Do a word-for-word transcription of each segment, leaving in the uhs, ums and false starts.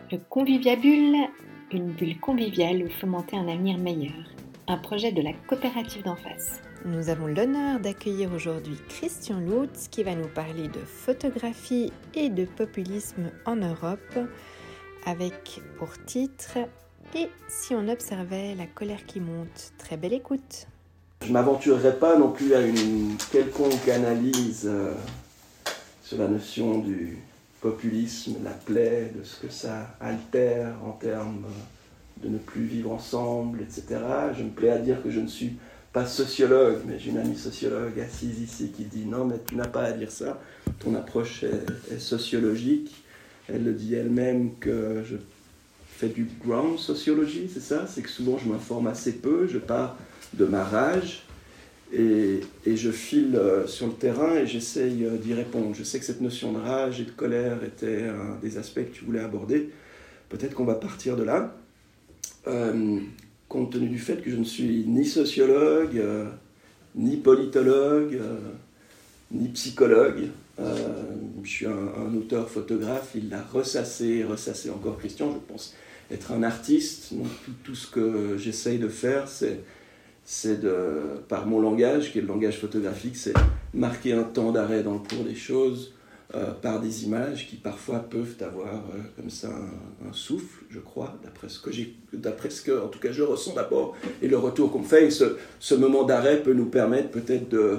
Le Conviviabule, une bulle conviviale où fomenter un avenir meilleur. Un projet de la coopérative d'en face. Nous avons l'honneur d'accueillir aujourd'hui Christian Lutz qui va nous parler de photographie et de populisme en Europe avec pour titre « Et si on observait la colère qui monte ?» Très belle écoute. Je ne m'aventurerai pas non plus à une quelconque analyse euh, sur la notion du populisme, la plaie, de ce que ça altère en termes de ne plus vivre ensemble, et cetera. Je me plais à dire que je ne suis pas sociologue, mais j'ai une amie sociologue assise ici qui dit « Non, mais tu n'as pas à dire ça, ton approche est, est sociologique ». Elle le dit elle-même que je fais du ground sociology, c'est ça ? C'est que souvent je m'informe assez peu, je pars de ma rage et, et je file euh, sur le terrain et j'essaye euh, d'y répondre. Je sais que cette notion de rage et de colère était un des aspects que tu voulais aborder. Peut-être qu'on va partir de là, euh, compte tenu du fait que je ne suis ni sociologue, euh, ni politologue, euh, ni psychologue. Euh, je suis un, un auteur photographe, il l'a ressassé, ressassé encore Christian, je pense être un artiste. Donc tout, tout ce que j'essaye de faire, c'est c'est de, par mon langage, qui est le langage photographique, c'est marquer un temps d'arrêt dans le cours des choses euh, par des images qui parfois peuvent avoir euh, comme ça un, un souffle, je crois, d'après ce que j'ai, d'après ce que, en tout cas, je ressens d'abord et le retour qu'on me fait. Et ce, ce moment d'arrêt peut nous permettre peut-être de,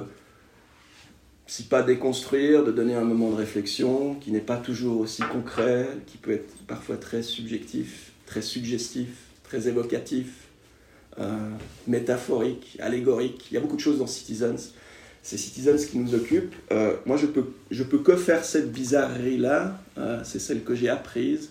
si pas déconstruire, de donner un moment de réflexion qui n'est pas toujours aussi concret, qui peut être parfois très subjectif, très suggestif, très évocatif. Euh, métaphorique, allégorique. Il y a beaucoup de choses dans Citizens. C'est Citizens qui nous occupe. Euh, moi, je peux, je peux que faire cette bizarrerie-là. Euh, c'est celle que j'ai apprise.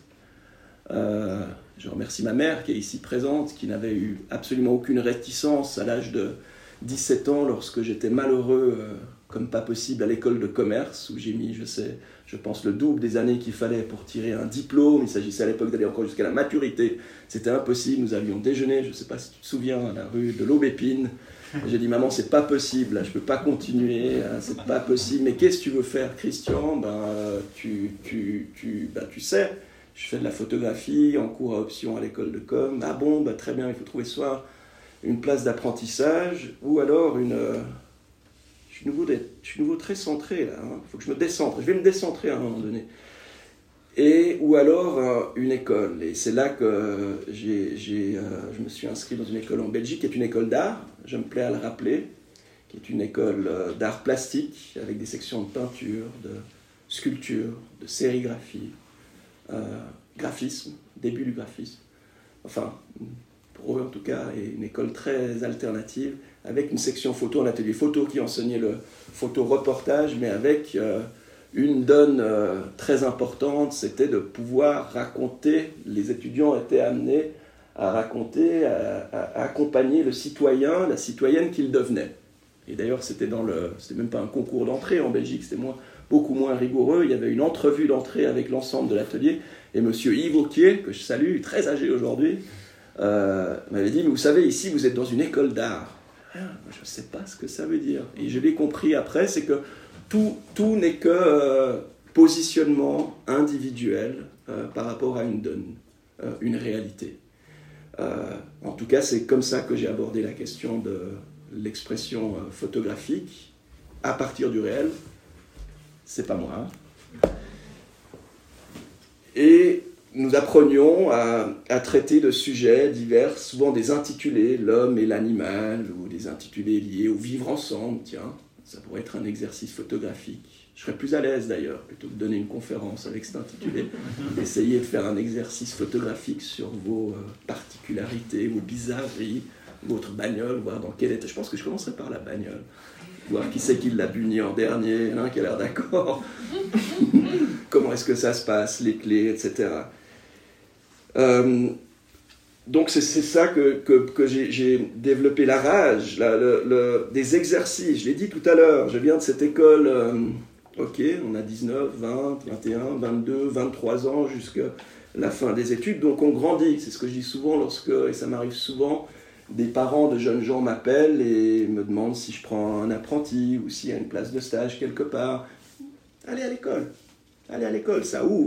Euh, je remercie ma mère qui est ici présente, qui n'avait eu absolument aucune réticence à l'âge de dix-sept ans, lorsque j'étais malheureux, euh, comme pas possible, à l'école de commerce, où j'ai mis, je sais, je pense, le double des années qu'il fallait pour tirer un diplôme. Il s'agissait à l'époque d'aller encore jusqu'à la maturité. C'était impossible. Nous avions déjeuné, je ne sais pas si tu te souviens, à la rue de l'Aubépine. J'ai dit, maman, c'est pas possible, là, je peux pas continuer, hein, c'est pas possible. Mais qu'est-ce que tu veux faire, Christian ? Ben, tu, tu, tu, ben, tu sais, je fais de la photographie, en cours à option à l'école de com. Ah bon, ben, très bien, il faut trouver soit une place d'apprentissage, ou alors une... Euh, je, suis nouveau d'être, je suis nouveau très centré, là. Il hein, faut que je me décentre. Je vais me décentrer à un moment donné. Et, ou alors euh, une école. Et c'est là que j'ai, j'ai, euh, je me suis inscrit dans une école en Belgique, qui est une école d'art, je me plais à le rappeler, qui est une école euh, d'art plastique, avec des sections de peinture, de sculpture, de sérigraphie, euh, graphisme, début du graphisme. Enfin, pour eux en tout cas, et une école très alternative, avec une section photo, un atelier photo qui enseignait le photo-reportage, mais avec... Euh, Une donne euh, très importante, c'était de pouvoir raconter, les étudiants étaient amenés à raconter, à, à, à accompagner le citoyen, la citoyenne qu'ils devenaient. Et d'ailleurs, c'était dans le, c'était même pas un concours d'entrée en Belgique, c'était moins, beaucoup moins rigoureux. Il y avait une entrevue d'entrée avec l'ensemble de l'atelier, et monsieur Yves Auquier, que je salue, très âgé aujourd'hui, euh, m'avait dit, mais vous savez, ici, vous êtes dans une école d'art. Ah, je ne sais pas ce que ça veut dire. Et je l'ai compris après, c'est que Tout, tout n'est que euh, positionnement individuel euh, par rapport à une donne, euh, une réalité. Euh, en tout cas, c'est comme ça que j'ai abordé la question de l'expression euh, photographique à partir du réel. C'est pas moi. Et nous apprenions à, à traiter de sujets divers, souvent des intitulés, l'homme et l'animal, ou des intitulés liés au vivre ensemble, tiens. Ça pourrait être un exercice photographique. Je serais plus à l'aise d'ailleurs, plutôt que de donner une conférence avec cet intitulé, d'essayer de faire un exercice photographique sur vos euh, particularités, vos bizarreries, votre bagnole, voir dans quel état. Je pense que je commencerai par la bagnole, voir qui c'est qui l'a buni en dernier, hein, qui a l'air d'accord, comment est-ce que ça se passe, les clés, et cetera. Euh, Donc c'est, c'est ça que, que, que j'ai, j'ai développé la rage, la, le, le, des exercices. Je l'ai dit tout à l'heure, je viens de cette école, euh, ok, on a dix-neuf, vingt, vingt et un, vingt-deux, vingt-trois ans jusqu'à la fin des études, donc on grandit. C'est ce que je dis souvent lorsque, et ça m'arrive souvent, des parents de jeunes gens m'appellent et me demandent si je prends un apprenti ou s'il y a une place de stage quelque part. Allez à l'école, allez à l'école, ça ouvre.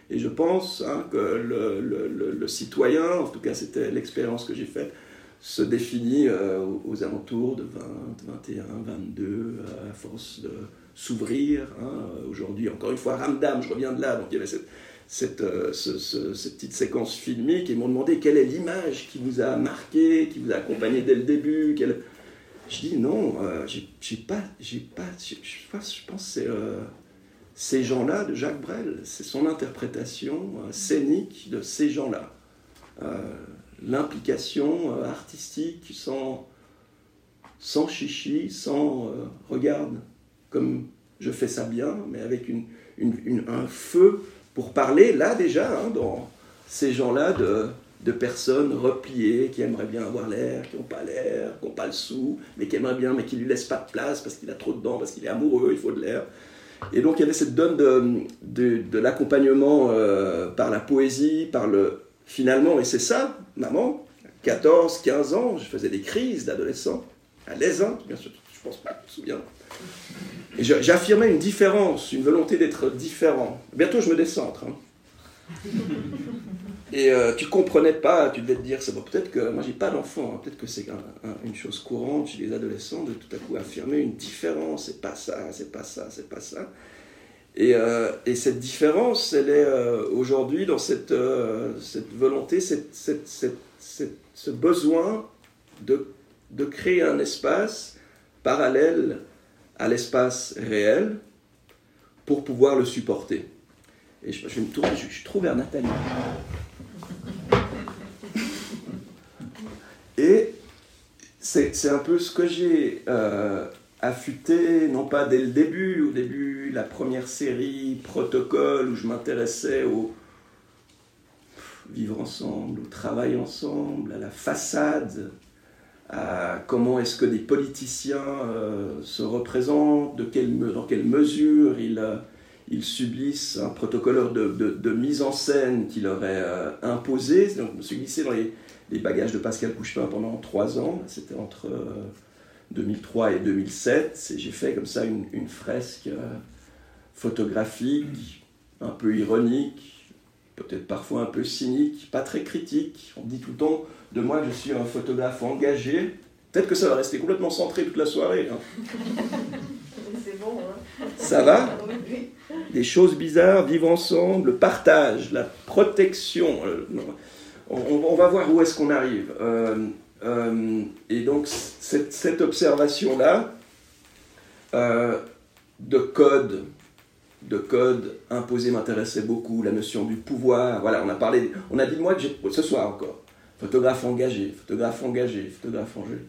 Et je pense hein, que le, le, le, le citoyen, en tout cas c'était l'expérience que j'ai faite, se définit euh, aux alentours de vingt, vingt et un, vingt-deux, à force de s'ouvrir. Hein. Aujourd'hui, encore une fois, Ramdam, je reviens de là, donc il y avait cette, cette, euh, ce, ce, cette petite séquence filmique, et ils m'ont demandé quelle est l'image qui vous a marqué, qui vous a accompagné dès le début. Quelle... Je dis non, euh, j'ai, j'ai pas, j'ai pas, je, je pense que c'est euh, ces gens-là de Jacques Brel, c'est son interprétation euh, scénique de ces gens-là. Euh, l'implication euh, artistique sans, sans chichi, sans euh, regarde comme je fais ça bien, mais avec une, une, une, un feu pour parler, là déjà, hein, dans ces gens-là de, de personnes repliées qui aimeraient bien avoir l'air, qui n'ont pas l'air, qui n'ont pas le sou, mais qui aimeraient bien, mais qui ne lui laissent pas de place parce qu'il a trop dedans, parce qu'il est amoureux, il faut de l'air. Et donc il y avait cette donne de, de, de l'accompagnement euh, par la poésie, par le... Finalement, et c'est ça, maman, quatorze, quinze ans, je faisais des crises d'adolescent, à l'Aisin, bien sûr, je pense pas, je me souviens. Et j'affirmais une différence, une volonté d'être différent. Bientôt, je me décentre. Hein. Et euh, tu comprenais pas, tu devais te dire, c'est bon, peut-être que moi, j'ai pas d'enfant, hein, peut-être que c'est un, un, une chose courante chez les adolescents de tout à coup affirmer une différence, c'est pas ça, c'est pas ça, c'est pas ça. Et, euh, et cette différence, elle est euh, aujourd'hui dans cette, euh, cette volonté, cette, cette, cette, cette, ce besoin de, de créer un espace parallèle à l'espace réel pour pouvoir le supporter. Et je, je vais me tourner, je, je trouve vers Nathalie. Et c'est, c'est un peu ce que j'ai euh, affûté, non pas dès le début, au début, la première série, Protocole, où je m'intéressais au vivre ensemble, au travail ensemble, à la façade, à comment est-ce que des politiciens euh, se représentent, de quelle, dans quelle mesure ils, euh, ils subissent un protocole de, de, de mise en scène qui leur est euh, imposé. Donc, je me suis glissé dans les, les bagages de Pascal Couchepin pendant trois ans, c'était entre euh, deux mille trois et deux mille sept, et j'ai fait comme ça une, une fresque euh, photographique, un peu ironique, peut-être parfois un peu cynique, pas très critique. On dit tout le temps de moi que je suis un photographe engagé. Peut-être que ça va rester complètement centré toute la soirée. Hein. C'est bon, hein. Ça va ? Des choses bizarres, vivre ensemble, le partage, la protection. Euh, on, on va voir où est-ce qu'on arrive. Euh, euh, et donc, cette, cette observation-là euh, de code, de code imposé m'intéressait beaucoup, la notion du pouvoir. Voilà, on a parlé, on a dit de moi que j'ai, ce soir encore, photographe engagé, photographe engagé, photographe engagé.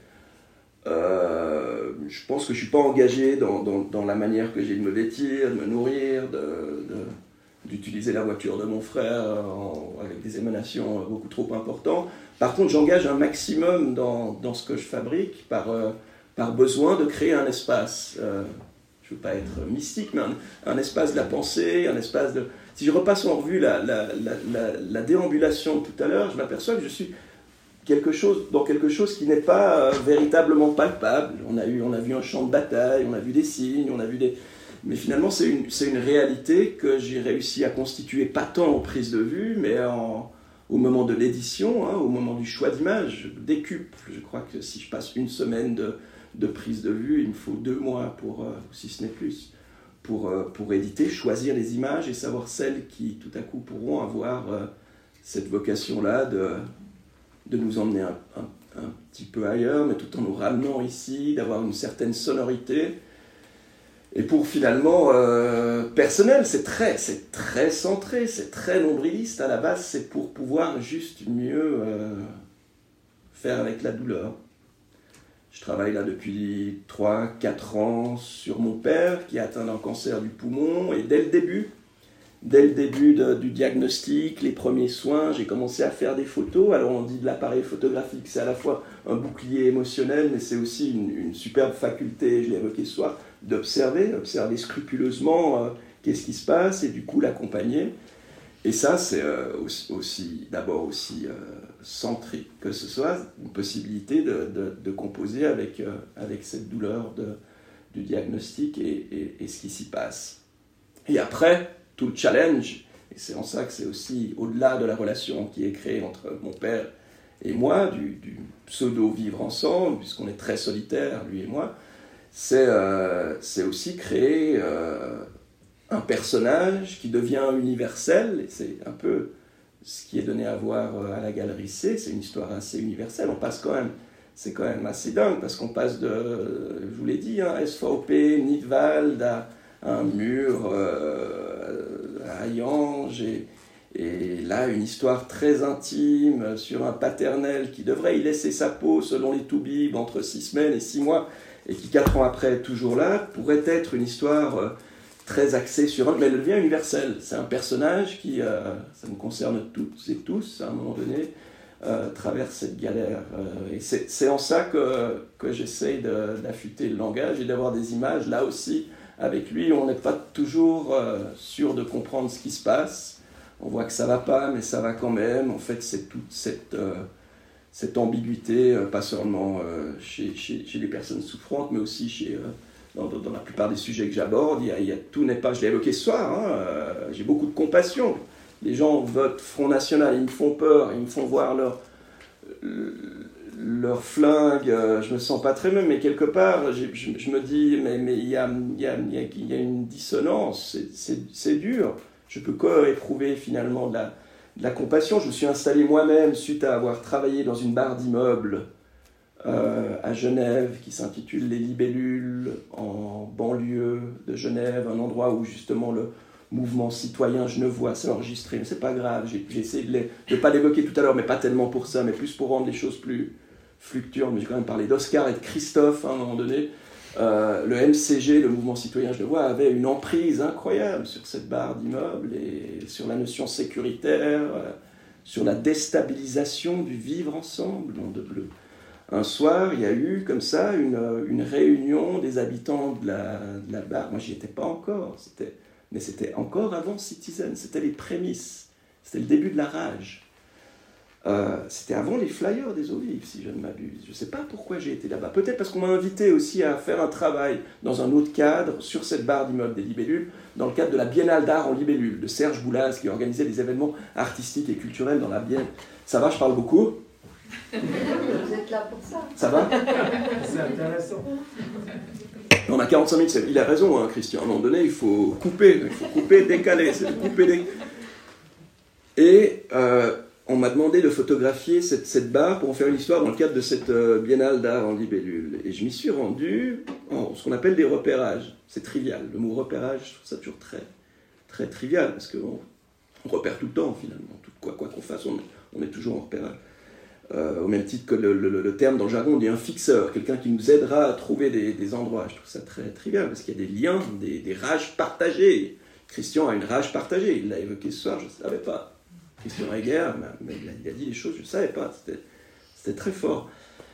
Euh, je pense que je ne suis pas engagé dans, dans, dans la manière que j'ai de me vêtir, de me nourrir, de, de, d'utiliser la voiture de mon frère en, avec des émanations beaucoup trop importantes. Par contre, j'engage un maximum dans, dans ce que je fabrique par, euh, par besoin de créer un espace. Euh, je ne veux pas être mystique, mais un, un espace de la pensée, un espace de... Si je repasse en revue la, la, la, la, la déambulation de tout à l'heure, je m'aperçois que je suis quelque chose, dans quelque chose qui n'est pas euh, véritablement palpable. On a, eu, on a vu un champ de bataille, on a vu des signes, on a vu des... Mais finalement, c'est une, c'est une réalité que j'ai réussi à constituer, pas tant en prise de vue, mais en, au moment de l'édition, hein, au moment du choix d'image. Je décuple. Je crois que si je passe une semaine de, de prise de vue, il me faut deux mois, pour, euh, si ce n'est plus, pour, euh, pour éditer, choisir les images et savoir celles qui, tout à coup, pourront avoir euh, cette vocation-là de... de nous emmener un, un, un petit peu ailleurs, mais tout en nous ramenant ici, d'avoir une certaine sonorité. Et pour finalement, euh, personnel, c'est très, c'est très centré, c'est très nombriliste. À la base, c'est pour pouvoir juste mieux euh, faire avec la douleur. Je travaille là depuis trois quatre ans sur mon père, qui a atteint d'un cancer du poumon, et dès le début, Dès le début de, du diagnostic, les premiers soins, j'ai commencé à faire des photos. Alors on dit de l'appareil photographique, c'est à la fois un bouclier émotionnel, mais c'est aussi une, une superbe faculté, je l'ai évoqué ce soir, d'observer, observer scrupuleusement euh, qu'est-ce qui se passe et du coup l'accompagner. Et ça, c'est euh, aussi, aussi, d'abord aussi euh, centrique, que ce soit une possibilité de, de, de composer avec, euh, avec cette douleur de, du diagnostic et, et, et ce qui s'y passe. Et après, tout le challenge, Et c'est en ça que c'est aussi au-delà de la relation qui est créée entre mon père et moi, du, du pseudo-vivre ensemble, puisqu'on est très solitaires, lui et moi, c'est, euh, c'est aussi créer euh, un personnage qui devient universel, et c'est un peu ce qui est donné à voir à la Galerie C, c'est une histoire assez universelle, on passe quand même, c'est quand même assez dingue, parce qu'on passe de, je vous l'ai dit, hein, S V P, Nidwald, à, à un mur, euh, à Hayange, et Et là, une histoire très intime sur un paternel qui devrait y laisser sa peau, selon les Toubib, entre six semaines et six mois, et qui, quatre ans après, est toujours là, pourrait être une histoire très axée sur un... Mais elle devient universelle. C'est un personnage qui, euh, ça nous concerne toutes et tous, à un moment donné, euh, traverse cette galère. Euh, et c'est, c'est en ça que, que j'essaye de, d'affûter le langage et d'avoir des images, là aussi, avec lui, on n'est pas toujours euh, sûr de comprendre ce qui se passe. On voit que ça va pas, mais ça va quand même. En fait, c'est toute cette, euh, cette ambiguïté, euh, pas seulement euh, chez, chez, chez les personnes souffrantes, mais aussi chez, euh, dans, dans la plupart des sujets que j'aborde. Il y a, il y a, tout n'est pas, je l'ai évoqué ce soir, hein, euh, j'ai beaucoup de compassion. Les gens votent Front National, ils me font peur, ils me font voir leur, leur flingue, euh, je me sens pas très même, mais quelque part, je, je, je me dis, mais, mais il y a, il y a, il y a, il y a une dissonance, c'est, c'est, c'est dur. Je peux qu'éprouver finalement de la, de la compassion. Je me suis installé moi-même suite à avoir travaillé dans une barre d'immeubles euh, à Genève qui s'intitule Les Libellules, en banlieue de Genève, un endroit où justement le mouvement citoyen genevois s'est enregistré. Mais c'est pas grave, j'ai, j'ai essayé de ne pas l'évoquer tout à l'heure, mais pas tellement pour ça, mais plus pour rendre les choses plus fluctuantes. Mais j'ai quand même parlé d'Oscar et de Christophe hein, à un moment donné. Euh, le M C G, le mouvement citoyen genevois, avait une emprise incroyable sur cette barre d'immeubles et sur la notion sécuritaire, euh, sur la déstabilisation du vivre ensemble, nom de bleu. Un soir, il y a eu comme ça une, une réunion des habitants de la, de la barre. Moi, j'y étais pas encore, c'était, mais c'était encore avant Citizen, c'était les prémices, c'était le début de la rage. Euh, c'était avant les flyers des eaux vives, si je ne m'abuse. Je ne sais pas pourquoi j'ai été là-bas. Peut-être parce qu'on m'a invité aussi à faire un travail dans un autre cadre sur cette barre d'immeuble des Libellules, dans le cadre de la Biennale d'art en Libellules, de Serge Boulaz, qui organisait des événements artistiques et culturels dans la Biennale. Ça va, je parle beaucoup ? Vous êtes là pour ça. Ça va ? C'est intéressant. On a quarante-cinq minutes, il a raison, hein, Christian. À un moment donné, il faut couper, il faut couper, décaler, c'est couper, décaler. Et... Euh, on m'a demandé de photographier cette, cette barre pour en faire une histoire dans le cadre de cette euh, biennale d'art en libellule. Et je m'y suis rendu en ce qu'on appelle des repérages. C'est trivial. Le mot repérage, je trouve ça toujours très, très trivial, parce qu'on on repère tout le temps, finalement. Tout, quoi, quoi qu'on fasse, on, on est toujours en repérage. Euh, au même titre que le, le, le terme dans le jargon, on dit un fixeur, quelqu'un qui nous aidera à trouver des, des endroits. Je trouve ça très trivial, parce qu'il y a des liens, des, des rages partagées. Christian a une rage partagée, il l'a évoqué ce soir, je ne savais pas. Christian Heger, mais il a, il a dit des choses, je ne savais pas, c'était, c'était très fort.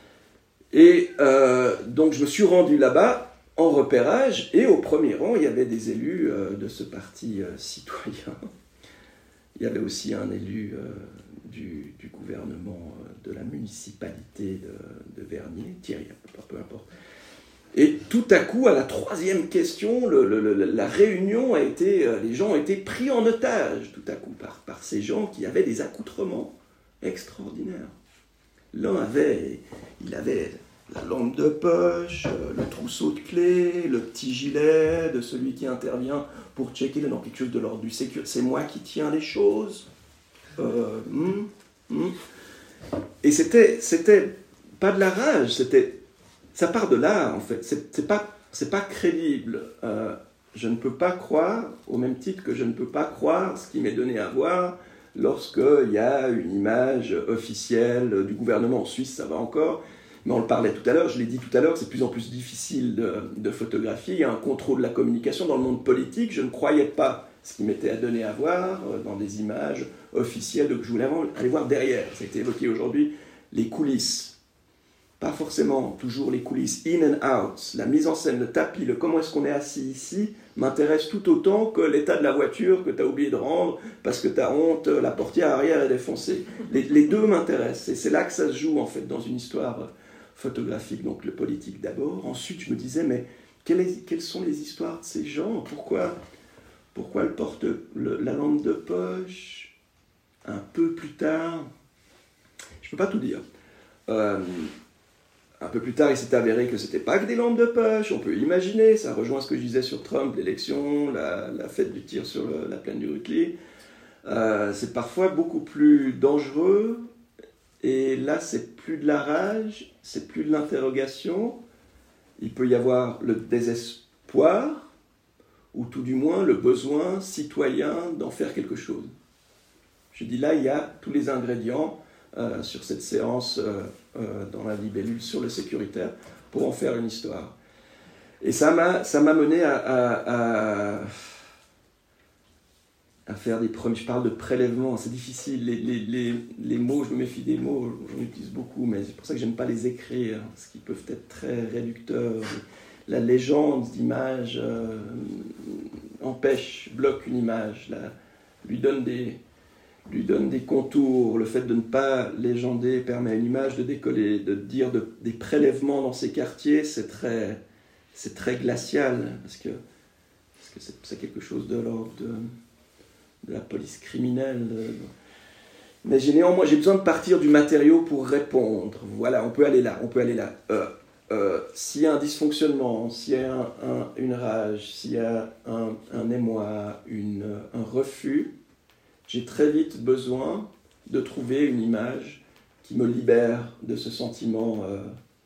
Et euh, donc je me suis rendu là-bas en repérage, et au premier rang, il y avait des élus euh, de ce parti euh, citoyen. Il y avait aussi un élu euh, du, du gouvernement euh, de la municipalité de, de Vernier, Thierry, peu, peu importe. Et tout à coup, à la troisième question, le, le, le, la réunion a été, les gens ont été pris en otage, tout à coup, par, par ces gens qui avaient des accoutrements extraordinaires. L'un avait, il avait la lampe de poche, le trousseau de clés, le petit gilet de celui qui intervient pour checker dans quelque chose de l'ordre du sécurité. C'est moi qui tiens les choses. Euh, hum, hum. Et c'était, c'était pas de la rage, c'était... Ça part de là, en fait. C'est, c'est pas, c'est pas crédible. Euh, je ne peux pas croire, au même titre que je ne peux pas croire ce qui m'est donné à voir lorsqu'il y a une image officielle du gouvernement en Suisse, ça va encore. Mais on le parlait tout à l'heure, je l'ai dit tout à l'heure, c'est de plus en plus difficile de, de photographier. Il y a un contrôle de la communication dans le monde politique. Je ne croyais pas ce qui m'était donné à voir dans des images officielles, donc je voulais aller voir derrière. Ça a été évoqué aujourd'hui, les coulisses. Pas forcément toujours les coulisses, in and out, la mise en scène, le tapis, le comment est-ce qu'on est assis ici, m'intéresse tout autant que l'état de la voiture que tu as oublié de rendre parce que tu as honte, la portière arrière est défoncée. Les, les deux m'intéressent, et c'est là que ça se joue en fait dans une histoire photographique, donc le politique d'abord. Ensuite, je me disais, mais quelles, est, quelles sont les histoires de ces gens ? Pourquoi, Pourquoi le porte, le, la lampe de poche? Un peu plus tard, je ne peux pas tout dire. Euh, un peu plus tard, il s'est avéré que ce n'était pas que des lampes de poche. On peut imaginer, ça rejoint ce que je disais sur Trump, l'élection, la, la fête du tir sur le, la plaine du Rutli. Euh, c'est parfois beaucoup plus dangereux. Et là, c'est plus de la rage, c'est plus de l'interrogation. Il peut y avoir le désespoir, ou tout du moins le besoin citoyen d'en faire quelque chose. Je dis là, il y a tous les ingrédients euh, sur cette séance euh, euh, dans la libellule sur le sécuritaire pour en faire une histoire. Et ça m'a, ça m'a mené à, à, à, à faire des premiers... Je parle de prélèvement, c'est difficile. Les, les, les, les mots, je me méfie des mots, j'en utilise beaucoup, mais c'est pour ça que j'aime pas les écrire, parce qu'ils peuvent être très réducteurs. La légende d'image euh, empêche, bloque une image, la, lui donne des... lui donne des contours. Le fait de ne pas légender permet à une image de décoller, de dire de, des prélèvements dans ces quartiers, c'est très, c'est très glacial, parce que, parce que c'est, c'est quelque chose de l'ordre de, de la police criminelle. De... Mais j'ai néanmoins j'ai besoin de partir du matériau pour répondre. Voilà, on peut aller là, on peut aller là. Euh, euh, s'il y a un dysfonctionnement, s'il y a un, un, une rage, s'il y a un, un émoi, une, un refus, j'ai très vite besoin de trouver une image qui me libère de ce sentiment euh,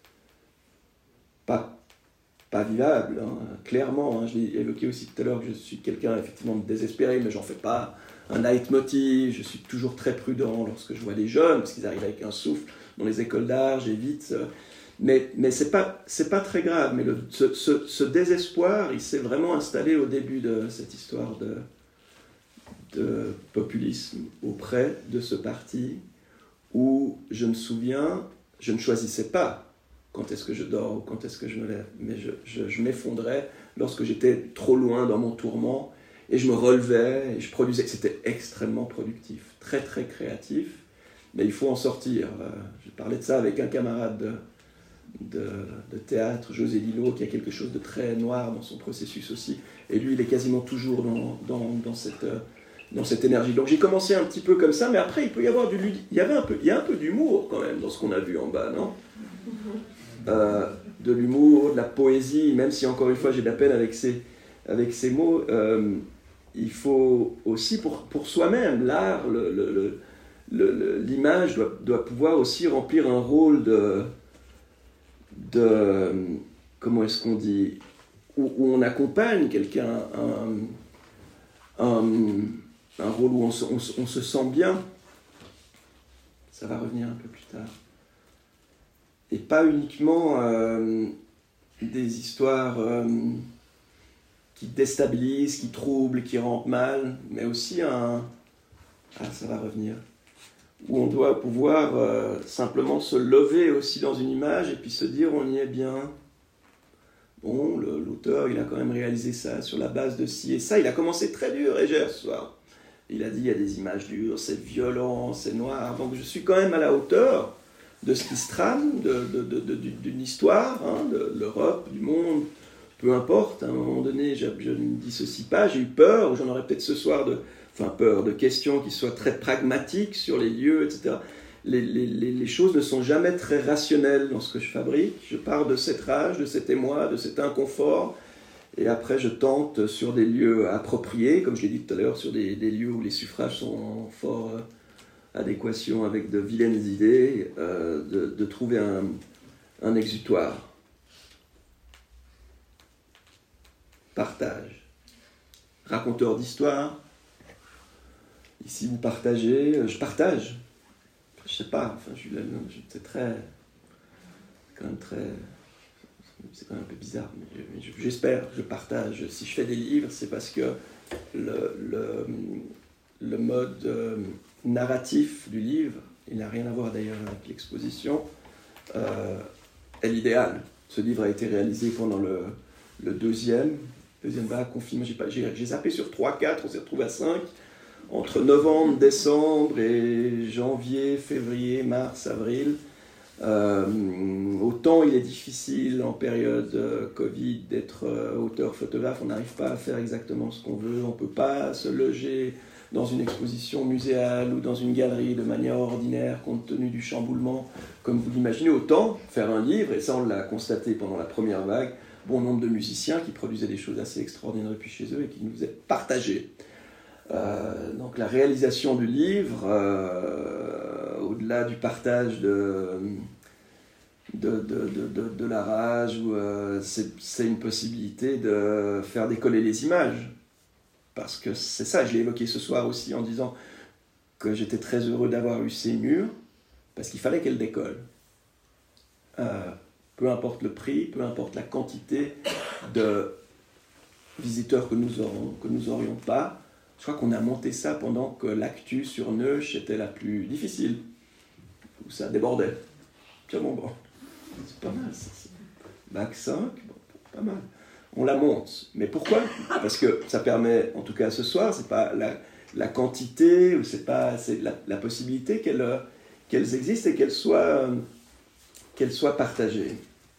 pas, pas vivable, hein, clairement. Hein, je l'ai évoqué aussi tout à l'heure que je suis quelqu'un effectivement désespéré, mais j'en fais pas un leitmotiv. Je suis toujours très prudent lorsque je vois des jeunes, parce qu'ils arrivent avec un souffle dans les écoles d'art, j'évite. Euh, mais mais c'est pas, c'est pas très grave. Mais le, ce, ce, ce désespoir, il s'est vraiment installé au début de cette histoire de... de populisme auprès de ce parti où je me souviens, je ne choisissais pas quand est-ce que je dors ou quand est-ce que je me lève, mais je, je, je m'effondrais lorsque j'étais trop loin dans mon tourment et je me relevais et je produisais. C'était extrêmement productif, très très créatif, mais il faut en sortir. Je parlais de ça avec un camarade de, de, de théâtre, José Lillo, qui a quelque chose de très noir dans son processus aussi, et lui il est quasiment toujours dans, dans, dans cette... dans cette énergie. Donc j'ai commencé un petit peu comme ça, mais après il peut y avoir du il y avait un peu, il y a un peu d'humour quand même dans ce qu'on a vu en bas, non ? euh, De l'humour, de la poésie, même si encore une fois j'ai de la peine avec ces, avec ces mots. Euh, il faut aussi pour, pour soi-même, l'art, le, le, le, le, l'image doit, doit pouvoir aussi remplir un rôle de, de comment est-ce qu'on dit, où, où on accompagne quelqu'un, un, un un rôle où on se, on, on se sent bien, ça va revenir un peu plus tard. Et pas uniquement euh, des histoires euh, qui déstabilisent, qui troublent, qui rendent mal, mais aussi un... Ah, ça va revenir. Où on doit pouvoir euh, simplement se lever aussi dans une image et puis se dire on y est bien. Bon, le, l'auteur, il a quand même réalisé ça sur la base de ci et ça. Il a commencé très dur, Égère, ce soir. Il a dit, il y a des images dures, c'est violent, c'est noir. Donc je suis quand même à la hauteur de ce qui se trame, de, de, de, de, d'une histoire, hein, de l'Europe, du monde, peu importe. À un moment donné, je, je ne dissocie pas, j'ai eu peur, j'en aurais peut-être ce soir, de, enfin peur, de questions qui soient très pragmatiques sur les lieux, et cetera. Les, les, les choses ne sont jamais très rationnelles dans ce que je fabrique. Je pars de cette rage, de cet émoi, de cet inconfort. Et après, je tente sur des lieux appropriés, comme je l'ai dit tout à l'heure, sur des, des lieux où les suffrages sont en forte euh, adéquation avec de vilaines idées, euh, de, de trouver un, un exutoire. Partage. Raconteur d'histoire. Ici, vous partagez. Je partage. Je sais pas, enfin, je, je, c'est très... C'est quand même très... C'est quand même un peu bizarre, mais je, j'espère, je partage. Si je fais des livres, c'est parce que le, le, le mode euh, narratif du livre, il n'a rien à voir d'ailleurs avec l'exposition, euh, est l'idéal. Ce livre a été réalisé pendant le, le deuxième, deuxième vague, confinement. J'ai, pas, j'ai, j'ai zappé sur trois, quatre, on s'est retrouvé à cinq. Entre novembre, décembre et janvier, février, mars, avril. Euh, autant il est difficile en période euh, Covid d'être euh, auteur-photographe, on n'arrive pas à faire exactement ce qu'on veut, on ne peut pas se loger dans une exposition muséale ou dans une galerie de manière ordinaire compte tenu du chamboulement, comme vous l'imaginez. Autant faire un livre, et ça on l'a constaté pendant la première vague, bon nombre de musiciens qui produisaient des choses assez extraordinaires depuis chez eux et qui nous faisaient partager. Euh, donc la réalisation du livre, euh, au-delà du partage de, de, de, de, de, de la rage, où, euh, c'est, c'est une possibilité de faire décoller les images. Parce que c'est ça, je l'ai évoqué ce soir aussi en disant que j'étais très heureux d'avoir eu ces murs, parce qu'il fallait qu'elles décollent. Euh, peu importe le prix, peu importe la quantité de visiteurs que nous aurons, que nous n'aurions pas. Je crois qu'on a monté ça pendant que l'actu sur Neuch était la plus difficile, où ça débordait. Tiens bon, bon, c'est pas mal, ça. Bac cinq, bon, pas mal. On la monte. Mais pourquoi ? Parce que ça permet, en tout cas ce soir, c'est pas la, la quantité, ou c'est pas c'est la, la possibilité qu'elles, qu'elles existent et qu'elles soient, qu'elles soient partagées.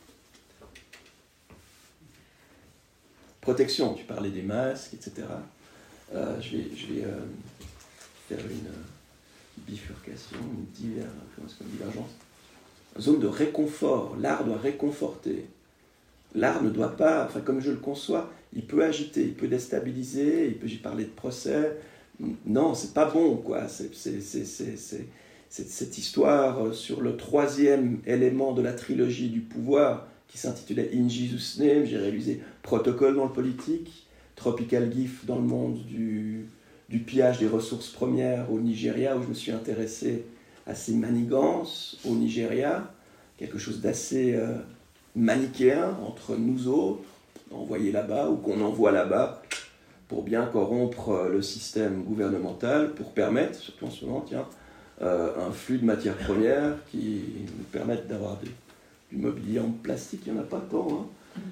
Protection, tu parlais des masques, et cetera. Euh, je vais, je vais euh, faire une euh, bifurcation, une diver, une divergence. Une zone de réconfort. L'art doit réconforter. L'art ne doit pas, enfin comme je le conçois, il peut agiter, il peut déstabiliser, il peut, j'ai parlé de procès. Non, c'est pas bon, quoi. C'est, c'est, c'est, c'est, c'est, c'est cette histoire sur le troisième élément de la trilogie du pouvoir qui s'intitulait In Jesus' Name. J'ai réalisé Protocole dans le politique, Tropical Gift dans le monde du, du pillage des ressources premières au Nigeria, où je me suis intéressé à ces manigances au Nigeria, quelque chose d'assez euh, manichéen entre nous autres, envoyés là-bas ou qu'on envoie là-bas pour bien corrompre le système gouvernemental, pour permettre, surtout en ce moment, tiens, euh, un flux de matières premières qui nous permettent d'avoir des, du mobilier en plastique, il n'y en a pas tant, hein.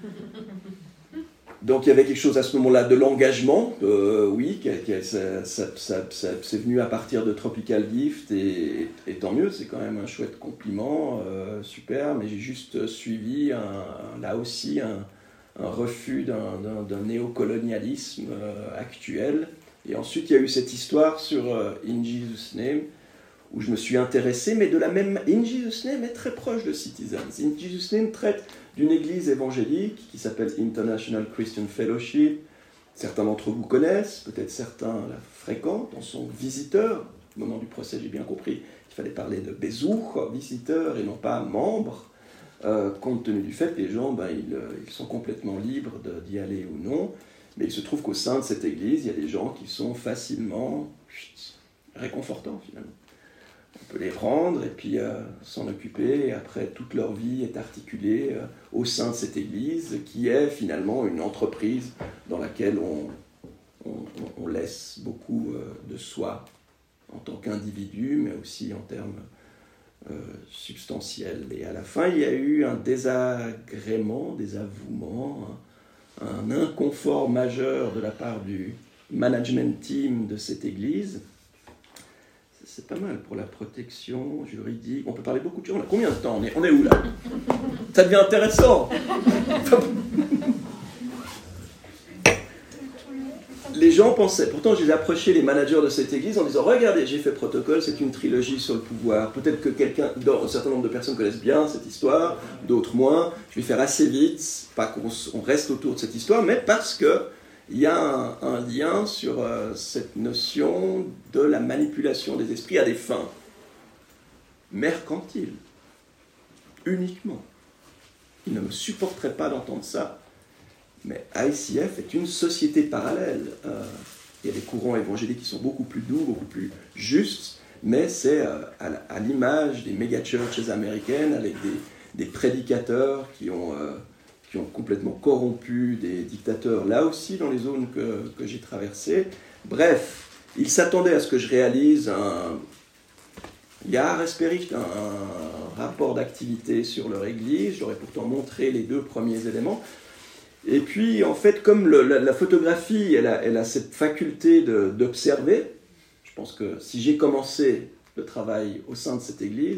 Donc il y avait quelque chose à ce moment-là de l'engagement, euh, oui, qui, qui, ça, ça, ça, ça, c'est venu à partir de Tropical Gift, et, et tant mieux, c'est quand même un chouette compliment, euh, super, mais j'ai juste suivi, un, là aussi, un, un refus d'un, d'un, d'un néocolonialisme euh, actuel. Et ensuite il y a eu cette histoire sur euh, In Jesus' Name, où je me suis intéressé, mais de la même... In Jesus' Name est très proche de Citizens. In Jesus' Name traite d'une église évangélique qui s'appelle International Christian Fellowship. Certains d'entre vous connaissent, peut-être certains la fréquentent, en sont visiteurs. Au moment du procès, j'ai bien compris qu'il fallait parler de Bezouk, visiteurs, et non pas membres, euh, compte tenu du fait que les gens, ben, ils, ils sont complètement libres de, d'y aller ou non. Mais il se trouve qu'au sein de cette église, il y a des gens qui sont facilement chut, réconfortants, finalement. On peut les prendre et puis euh, s'en occuper, et après toute leur vie est articulée euh, au sein de cette église qui est finalement une entreprise dans laquelle on, on, on laisse beaucoup euh, de soi en tant qu'individu, mais aussi en termes euh, substantiels. Et à la fin, il y a eu un désagrément, désavouement, un, un inconfort majeur de la part du management team de cette église. C'est pas mal pour la protection juridique. On peut parler beaucoup de choses. On a combien de temps ? On est, on est où là ? Ça devient intéressant. Les gens pensaient, pourtant j'ai approché les managers de cette église en disant « Regardez, j'ai fait Protocole, c'est une trilogie sur le pouvoir. Peut-être que quelqu'un, un certain nombre de personnes connaissent bien cette histoire, d'autres moins. Je vais faire assez vite, pas qu'on on reste autour de cette histoire, mais parce que il y a un, un lien sur euh, cette notion de la manipulation des esprits à des fins mercantiles, uniquement. Ils ne me supporteraient pas d'entendre ça. Mais I C F est une société parallèle. Euh, il y a des courants évangéliques qui sont beaucoup plus doux, beaucoup plus justes, mais c'est euh, à, à l'image des méga-churches américaines, avec des, des prédicateurs qui ont... Euh, qui ont complètement corrompu des dictateurs, là aussi dans les zones que, que j'ai traversées. Bref, ils s'attendaient à ce que je réalise un Jahr Bericht, un, un rapport d'activité sur leur église. J'aurais pourtant montré les deux premiers éléments. Et puis, en fait, comme le, la, la photographie, elle a, elle a cette faculté de, d'observer, je pense que si j'ai commencé le travail au sein de cette église,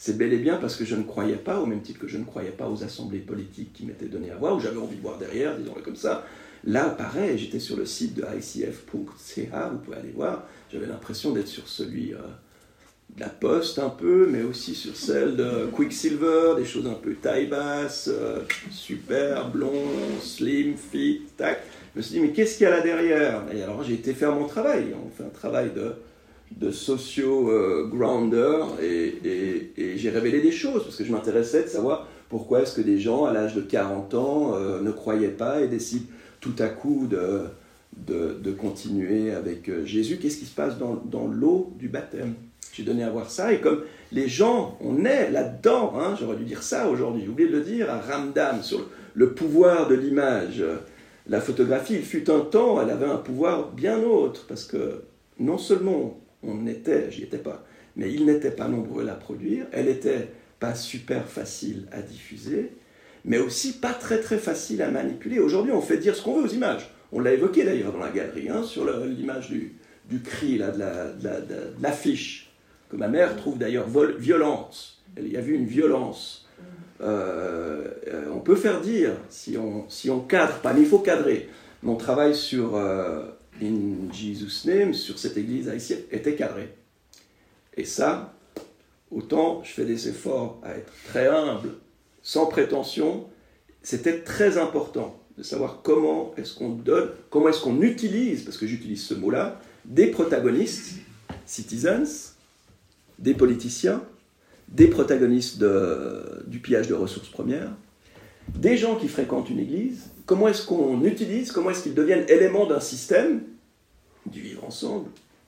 c'est bel et bien parce que je ne croyais pas, au même titre que je ne croyais pas aux assemblées politiques qui m'étaient données à voir, où j'avais envie de voir derrière, disons-le comme ça. Là, pareil, j'étais sur le site de I C F point C H, vous pouvez aller voir, j'avais l'impression d'être sur celui euh, de la Poste un peu, mais aussi sur celle de Quicksilver, des choses un peu taille basse, euh, super, blond, slim, fit, tac. Je me suis dit, mais qu'est-ce qu'il y a là derrière? Et alors j'ai été faire mon travail, on fait un travail de, de socio-grounder, et, et, et j'ai révélé des choses, parce que je m'intéressais de savoir pourquoi est-ce que des gens, à l'âge de quarante ans, euh, ne croyaient pas et décident tout à coup de, de, de continuer avec Jésus. Qu'est-ce qui se passe dans, dans l'eau du baptême? J'ai donné à voir ça, et comme les gens, on est là-dedans, hein, j'aurais dû dire ça aujourd'hui, j'ai oublié de le dire, à Ramdam, sur le, le pouvoir de l'image. La photographie, il fut un temps, elle avait un pouvoir bien autre, parce que non seulement on était, j'y étais pas, mais ils n'étaient pas nombreux à la produire, elle n'était pas super facile à diffuser, mais aussi pas très très facile à manipuler. Aujourd'hui, on fait dire ce qu'on veut aux images. On l'a évoqué d'ailleurs dans la galerie, hein, sur le, l'image du, du cri, là, de, la, de, la, de l'affiche, que ma mère trouve d'ailleurs vol, violence. Il y a vu une violence. Euh, euh, on peut faire dire, si on, si on cadre pas, mais il faut cadrer. Mon travail sur euh, In Jesus' Name, sur cette église haïtienne, était cadré. Et ça, autant je fais des efforts à être très humble, sans prétention, c'était très important de savoir comment est-ce qu'on donne, comment est-ce qu'on utilise, parce que j'utilise ce mot-là, des protagonistes, citizens, des politiciens, des protagonistes de, du pillage de ressources premières, des gens qui fréquentent une église, comment est-ce qu'on utilise, comment est-ce qu'ils deviennent éléments d'un système, du vivre ensemble,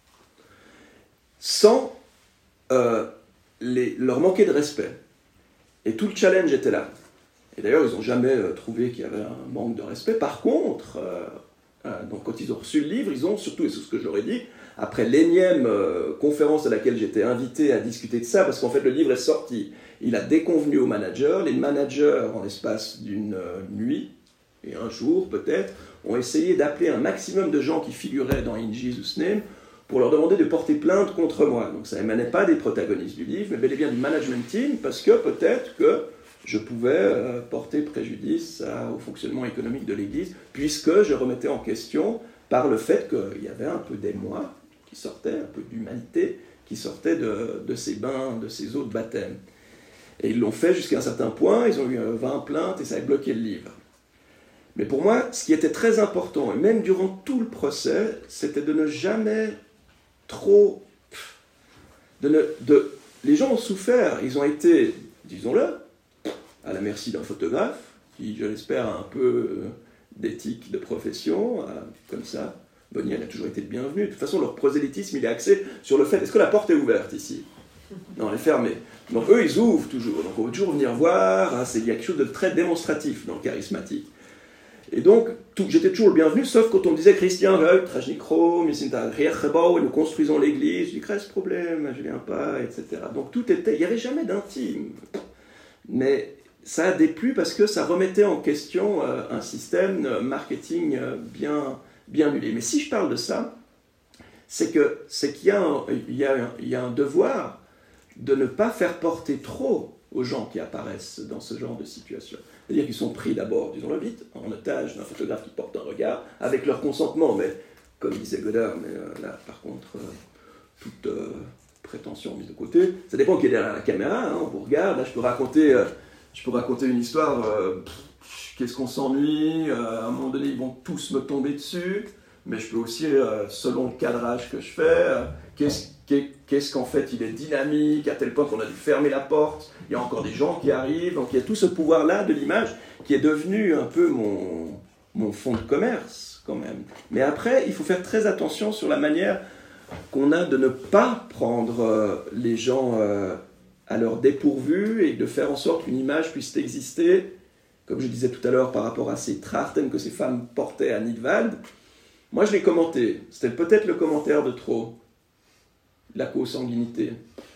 sans euh, les, leur manquer de respect. Et tout le challenge était là. Et d'ailleurs, ils n'ont jamais euh, trouvé qu'il y avait un manque de respect. Par contre, euh, euh, donc, quand ils ont reçu le livre, ils ont surtout, et c'est ce que je leur ai dit, après l'énième euh, conférence à laquelle j'étais invité à discuter de ça, parce qu'en fait le livre est sorti, il a déconvenu aux managers, les managers en l'espace d'une euh, nuit, et un jour peut-être, ont essayé d'appeler un maximum de gens qui figuraient dans In Jesus' Name pour leur demander de porter plainte contre moi. Donc ça n'émanait pas des protagonistes du livre, mais bel et bien du management team, parce que peut-être que je pouvais euh, porter préjudice à, au fonctionnement économique de l'Église, puisque je remettais en question par le fait qu'il y avait un peu d'émoi qui sortait, un peu d'humanité qui sortait de, de ces bains, de ces eaux de baptême. Et ils l'ont fait jusqu'à un certain point, ils ont eu vingt plaintes et ça a bloqué le livre. Mais pour moi, ce qui était très important, et même durant tout le procès, c'était de ne jamais trop... De ne, de, les gens ont souffert, ils ont été, disons-le, à la merci d'un photographe, qui, je l'espère, a un peu d'éthique de profession, comme ça. Bonnie, elle a toujours été le bienvenu. De toute façon, leur prosélytisme, il est axé sur le fait, est-ce que la porte est ouverte ici? Non, elle est fermée. Donc eux, ils ouvrent toujours. Donc on veut toujours venir voir. Hein, c'est, il y a quelque chose de très démonstratif dans le charismatique. Et donc, tout, j'étais toujours le bienvenu, sauf quand on me disait, Christian, Trajnikro, et nous construisons l'église. Je dis, quel est ce problème? Je viens pas, et cetera. Donc tout était, il n'y avait jamais d'intime. Mais ça a déplu parce que ça remettait en question euh, un système euh, marketing euh, bien... bien nulé. Mais si je parle de ça, c'est, que, c'est qu'il y a, un, il y a un, il y a un devoir de ne pas faire porter trop aux gens qui apparaissent dans ce genre de situation. C'est-à-dire qu'ils sont pris d'abord, disons-le vite, en otage d'un photographe qui porte un regard, avec leur consentement, mais comme disait Godard, mais euh, là, par contre, euh, toute euh, prétention mise de côté, ça dépend qui est derrière la caméra, hein, on vous regarde, là je peux raconter, euh, je peux raconter une histoire... Euh, Qu'est-ce qu'on s'ennuie, euh, à un moment donné, ils vont tous me tomber dessus, mais je peux aussi, euh, selon le cadrage que je fais, euh, qu'est-ce, qu'est, qu'est-ce qu'en fait il est dynamique, à tel point qu'on a dû fermer la porte, il y a encore des gens qui arrivent, donc il y a tout ce pouvoir-là de l'image qui est devenu un peu mon, mon fonds de commerce, quand même. Mais après, il faut faire très attention sur la manière qu'on a de ne pas prendre euh, les gens euh, à leur dépourvu et de faire en sorte qu'une image puisse exister. Comme je disais tout à l'heure par rapport à ces Trachten que ces femmes portaient à Nidwald, moi je l'ai commenté. C'était peut-être le commentaire de trop. La consanguinité.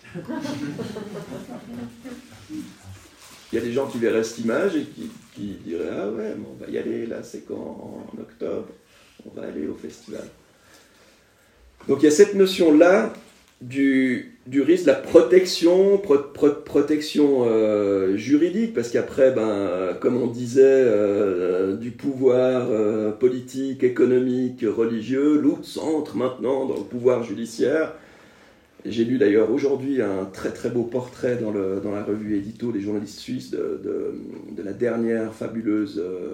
Il y a des gens qui verraient cette image et qui, qui diraient « Ah ouais, mais on va y aller, là c'est quand en octobre, on va aller au festival. » Donc il y a cette notion-là du, du risque, de la protection, pro, pro, protection euh, juridique, parce qu'après, ben, comme on disait, euh, du pouvoir euh, politique, économique, religieux, Lutz entre maintenant dans le pouvoir judiciaire. J'ai lu d'ailleurs aujourd'hui un très très beau portrait dans, le, dans la revue Édito des journalistes suisses de, de, de la dernière fabuleuse euh,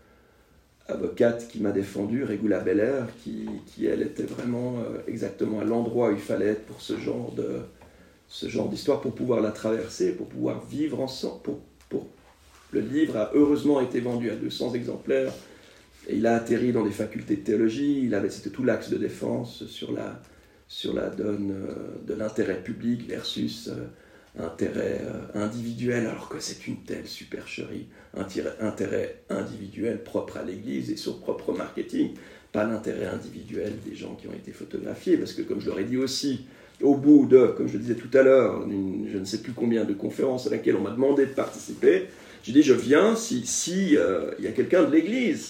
avocate qui m'a défendu, Regula Beller, qui, qui elle était vraiment euh, exactement à l'endroit où il fallait être pour ce genre de ce genre d'histoire, pour pouvoir la traverser, pour pouvoir vivre ensemble. Pour, pour... Le livre a heureusement été vendu à deux cents exemplaires et il a atterri dans des facultés de théologie. Il avait, c'était tout l'axe de défense sur la sur la donne euh, de l'intérêt public versus euh, intérêt euh, individuel, alors que c'est une telle supercherie. Intérêt, intérêt individuel propre à l'Église et son propre marketing, pas l'intérêt individuel des gens qui ont été photographiés, parce que comme je leur ai dit aussi, au bout de, comme je le disais tout à l'heure, une, je ne sais plus combien de conférences à laquelle on m'a demandé de participer, j'ai dit je viens si, si euh, y a quelqu'un de l'Église.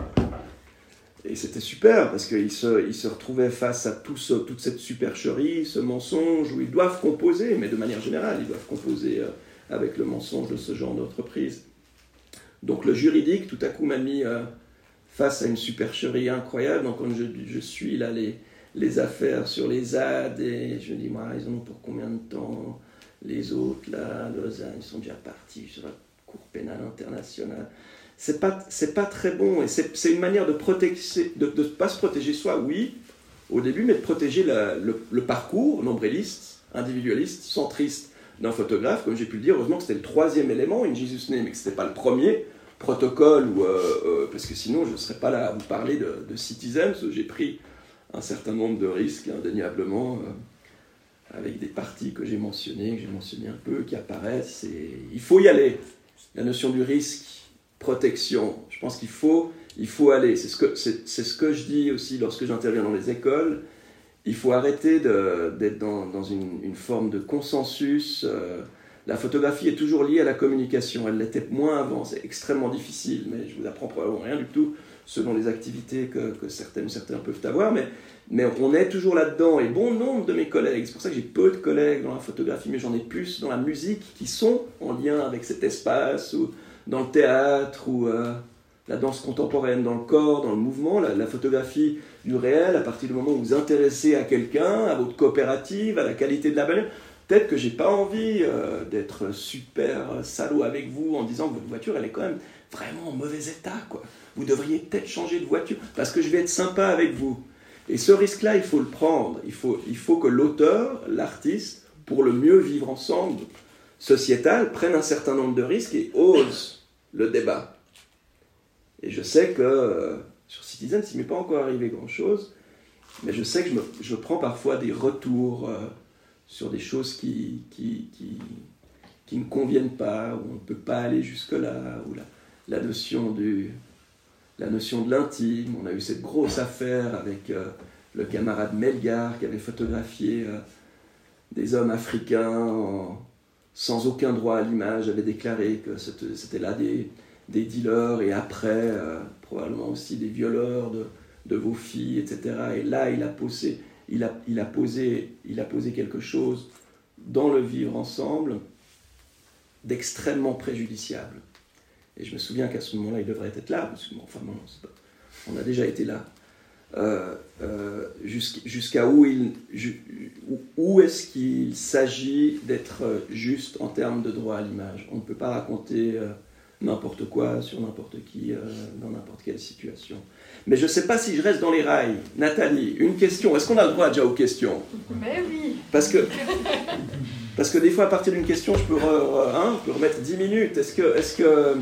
Et c'était super, parce qu'ils se, ils se retrouvaient face à tout ce, toute cette supercherie, ce mensonge, où ils doivent composer, mais de manière générale, ils doivent composer euh, avec le mensonge de ce genre d'entreprise. Donc le juridique, tout à coup, m'a mis euh, face à une supercherie incroyable. Donc quand je, je suis là, les, les affaires sur les Z A D, et je me dis, moi, ils en ont pour combien de temps? Les autres, là, Lausanne, ils sont déjà partis sur la Cour pénale internationale. C'est pas, c'est pas très bon, et c'est, c'est une manière de protéger, de ne pas se protéger soi, oui, au début, mais de protéger la, le, le parcours nombriliste, individualiste, centriste d'un photographe, comme j'ai pu le dire. Heureusement que c'était le troisième élément, In Jesus' Name, mais que ce n'était pas le premier protocole, ou, euh, euh, parce que sinon je ne serais pas là à vous parler de, de Citizens, où j'ai pris un certain nombre de risques, indéniablement, euh, avec des parties que j'ai mentionnées, que j'ai mentionnées un peu, qui apparaissent, et il faut y aller. La notion du risque, protection, je pense qu'il faut, il faut aller. C'est ce, que, c'est, c'est ce que je dis aussi lorsque j'interviens dans les écoles. Il faut arrêter de, d'être dans, dans une, une forme de consensus. Euh, la photographie est toujours liée à la communication. Elle l'était moins avant. C'est extrêmement difficile, mais je vous apprends probablement rien du tout selon les activités que, que certaines, certains peuvent avoir. Mais, mais on est toujours là-dedans. Et bon nombre de mes collègues, c'est pour ça que j'ai peu de collègues dans la photographie, mais j'en ai plus dans la musique qui sont en lien avec cet espace, ou dans le théâtre, ou euh, la danse contemporaine, dans le corps, dans le mouvement, la, la photographie du réel, à partir du moment où vous vous intéressez à quelqu'un, à votre coopérative, à la qualité de la bagnole. Peut-être que j'ai pas envie euh, d'être super salaud avec vous en disant que votre voiture, elle est quand même vraiment en mauvais état, quoi. Vous devriez peut-être changer de voiture, parce que je vais être sympa avec vous. Et ce risque-là, il faut le prendre. Il faut, il faut que l'auteur, l'artiste, pour le mieux vivre ensemble, sociétal, prenne un certain nombre de risques et ose le débat. Et je sais que euh, sur Citizen, il ne m'est pas encore arrivé grand-chose, mais je sais que je, me, je prends parfois des retours euh, sur des choses qui, qui, qui, qui ne conviennent pas, où on ne peut pas aller jusque-là, où la, la, notion du, la notion de l'intime. On a eu cette grosse affaire avec euh, le camarade Melgar qui avait photographié euh, des hommes africains en, sans aucun droit à l'image, avait déclaré que c'était, c'était là des, des dealers, et après, euh, probablement aussi des violeurs de, de vos filles, et cetera. Et là, il a posé, il a, il a posé, il a posé quelque chose dans le vivre ensemble d'extrêmement préjudiciable. Et je me souviens qu'à ce moment-là, il devrait être là, parce que, bon, enfin, non, c'est pas, on a déjà été là. Euh, euh, jusqu'à où, il, où, où est-ce qu'il s'agit d'être juste en termes de droit à l'image. On ne peut pas raconter euh, n'importe quoi sur n'importe qui euh, dans n'importe quelle situation. Mais je ne sais pas si je reste dans les rails. Nathalie, une question. Est-ce qu'on a le droit déjà aux questions? Mais oui. Parce que, parce que des fois, à partir d'une question, je peux, re, hein, je peux remettre dix minutes. Est-ce que... Est-ce que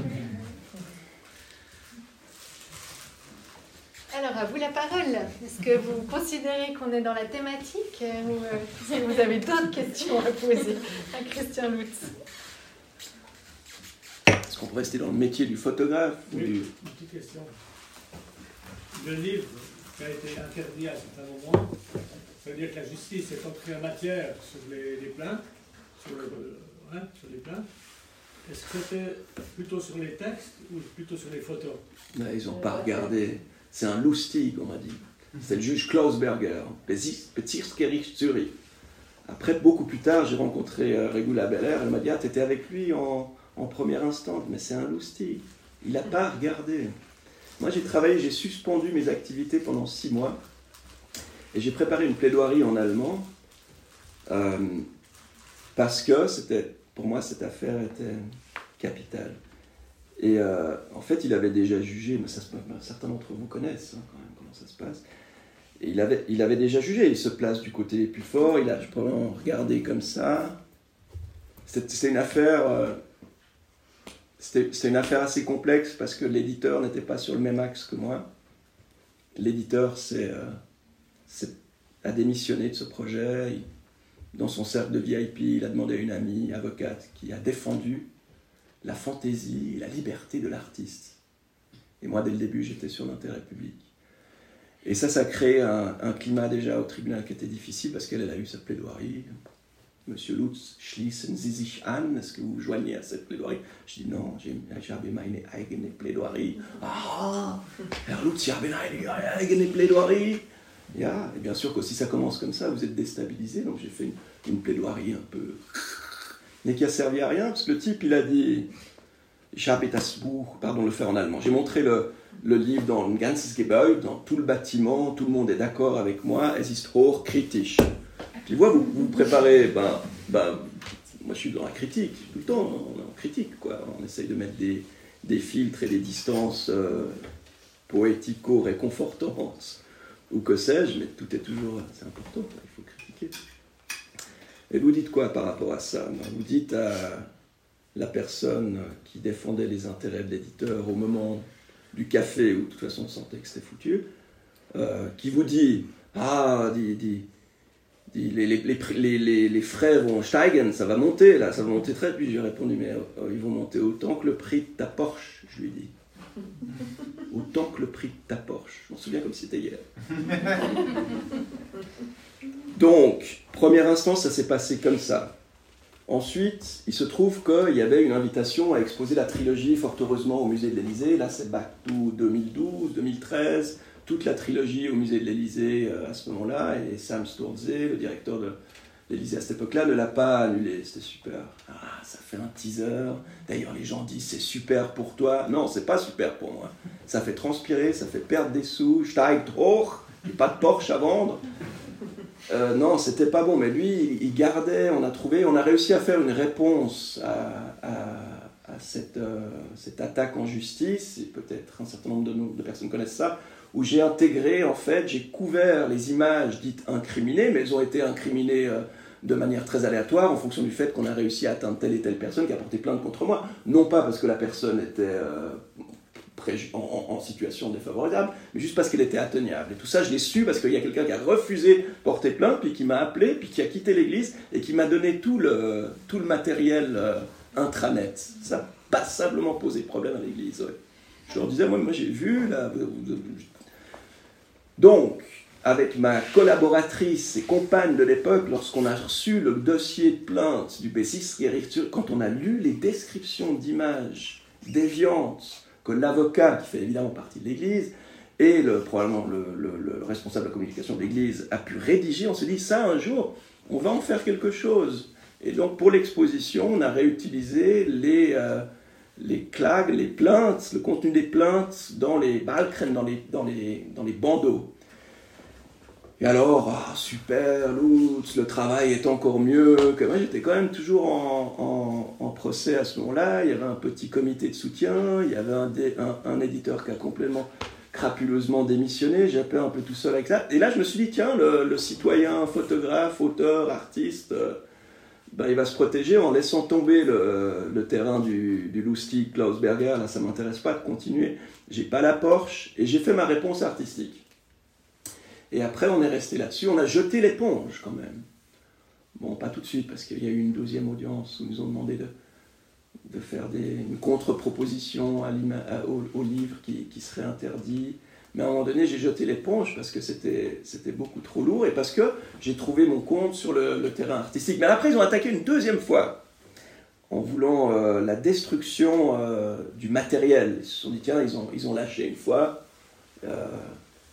Alors, à vous la parole. Est-ce que vous considérez qu'on est dans la thématique ou euh, si vous avez d'autres questions à poser à Christian Lutz? Est-ce qu'on peut rester dans le métier du photographe ou oui, du... Une petite question. Le livre qui a été interdit à un certain moment, ça veut dire que la justice est entrée en matière sur les, les plaintes, sur, le, hein, sur les plaintes. Est-ce que c'était plutôt sur les textes ou plutôt sur les photos? Là, ils n'ont pas regardé. C'est un lustig, on m'a dit. C'est le juge Klaus Berger, Bezirksgericht Zürich. Après, beaucoup plus tard, j'ai rencontré euh, Regula Beller, elle m'a dit « Ah, t'étais avec lui en, en premier instant. » Mais c'est un loustic, il n'a pas regardé. Moi, j'ai travaillé, j'ai suspendu mes activités pendant six mois, et j'ai préparé une plaidoirie en allemand, euh, parce que c'était, pour moi, cette affaire était capitale. Et euh, en fait, il avait déjà jugé, mais ça, certains d'entre vous connaissent hein, quand même comment ça se passe. Et il avait, il avait déjà jugé, il se place du côté les plus forts, il a probablement regardé comme ça. C'est, c'est une affaire, euh, c'était, c'était une affaire assez complexe parce que l'éditeur n'était pas sur le même axe que moi. L'éditeur c'est, euh, c'est, a démissionné de ce projet. Il, dans son cercle de V I P, il a demandé à une amie avocate qui a défendu la fantaisie et la liberté de l'artiste. Et moi, dès le début, j'étais sur l'intérêt public. Et ça, ça crée un, un climat déjà au tribunal qui était difficile parce qu'elle elle a eu sa plaidoirie. Monsieur Lutz, schließen Sie sich an? Est-ce que vous vous joignez à cette plaidoirie? Je dis non, j'avais meine eigene Plaidoirie. Ah, Herr Lutz, ich habe eine eigene Plaidoirie. Ja, et bien sûr que si ça commence comme ça, vous êtes déstabilisé. Donc j'ai fait une, une plaidoirie un peu... mais qui a servi à rien parce que le type, il a dit... Ich habe das Buch, pardon, le faire en allemand. J'ai montré le... le livre dans le ganzes Gebäude, dans tout le bâtiment, tout le monde est d'accord avec moi, es ist hochkritisch. Tu vois, vous vous préparez, ben, ben, moi je suis dans la critique, tout le temps, on est en critique, quoi. On essaye de mettre des, des filtres et des distances euh, poético-réconfortantes, ou que sais-je, mais tout est toujours, c'est important, il faut critiquer. Et vous dites quoi par rapport à ça? Vous dites à la personne qui défendait les intérêts de l'éditeur au moment du café, où de toute façon on sentait que c'était foutu, euh, qui vous dit « Ah, dit, dit, dit, les, les, les, les, les frais vont steigen, ça va monter, là, ça va monter très vite. » Puis j'ai répondu « Mais euh, ils vont monter autant que le prix de ta Porsche, je lui dis. Autant que le prix de ta Porsche. » Je m'en souviens comme si c'était hier. Donc, première instance, ça s'est passé comme ça. Ensuite, il se trouve qu'il y avait une invitation à exposer la trilogie, fort heureusement, au musée de l'Élysée. Là, c'est Back to deux mille douze, deux mille treize, toute la trilogie au musée de l'Élysée euh, à ce moment-là. Et Sam Sturze, le directeur de l'Élysée à cette époque-là, ne l'a pas annulé. C'était super. Ah, ça fait un teaser. D'ailleurs, les gens disent c'est super pour toi. Non, c'est pas super pour moi. Ça fait transpirer, ça fait perdre des sous. Steigt hoch, il n'y a pas de Porsche à vendre. Euh, non, c'était pas bon, mais lui, il gardait, on a trouvé, on a réussi à faire une réponse à, à, à cette, euh, cette attaque en justice, et peut-être un certain nombre de, nous, de personnes connaissent ça, où j'ai intégré, en fait, j'ai couvert les images dites incriminées, mais elles ont été incriminées euh, de manière très aléatoire, en fonction du fait qu'on a réussi à atteindre telle et telle personne qui a porté plainte contre moi, non pas parce que la personne était... Euh, En, en, en situation défavorable, mais juste parce qu'elle était atteignable. Et tout ça, je l'ai su parce qu'il y a quelqu'un qui a refusé de porter plainte, puis qui m'a appelé, puis qui a quitté l'église, et qui m'a donné tout le, tout le matériel euh, intranet. Ça n'a passablement posé problème à l'église. Ouais. Je leur disais, moi, moi j'ai vu, là... Donc, avec ma collaboratrice et compagne de l'époque, lorsqu'on a reçu le dossier de plainte du B six, quand on a lu les descriptions d'images déviantes que l'avocat, qui fait évidemment partie de l'Église, et le, probablement le, le, le responsable de la communication de l'Église a pu rédiger, on s'est dit, ça un jour, on va en faire quelque chose. Et donc pour l'exposition, on a réutilisé les, euh, les clagues, les plaintes, le contenu des plaintes dans les balkren, dans les, dans les, dans les bandeaux. Et alors, ah, super, Lutz, le travail est encore mieux que moi. J'étais quand même toujours en, en, en procès à ce moment-là. Il y avait un petit comité de soutien, il y avait un, dé, un, un éditeur qui a complètement crapuleusement démissionné. J'étais un peu tout seul avec ça. Et là, je me suis dit, tiens, le, le citoyen, photographe, auteur, artiste, euh, ben, il va se protéger en laissant tomber le, le terrain du, du loustic Klaus Berger. Là, ça ne m'intéresse pas de continuer. J'ai pas la Porsche et j'ai fait ma réponse artistique. Et après, on est resté là-dessus. On a jeté l'éponge, quand même. Bon, pas tout de suite, parce qu'il y a eu une deuxième audience où ils nous ont demandé de, de faire des, une contre-proposition à à, au, au livre qui, qui serait interdit. Mais à un moment donné, j'ai jeté l'éponge parce que c'était, c'était beaucoup trop lourd et parce que j'ai trouvé mon compte sur le, le terrain artistique. Mais après, ils ont attaqué une deuxième fois en voulant euh, la destruction euh, du matériel. Ils se sont dit, tiens, ils ont, ils ont lâché une fois. Euh,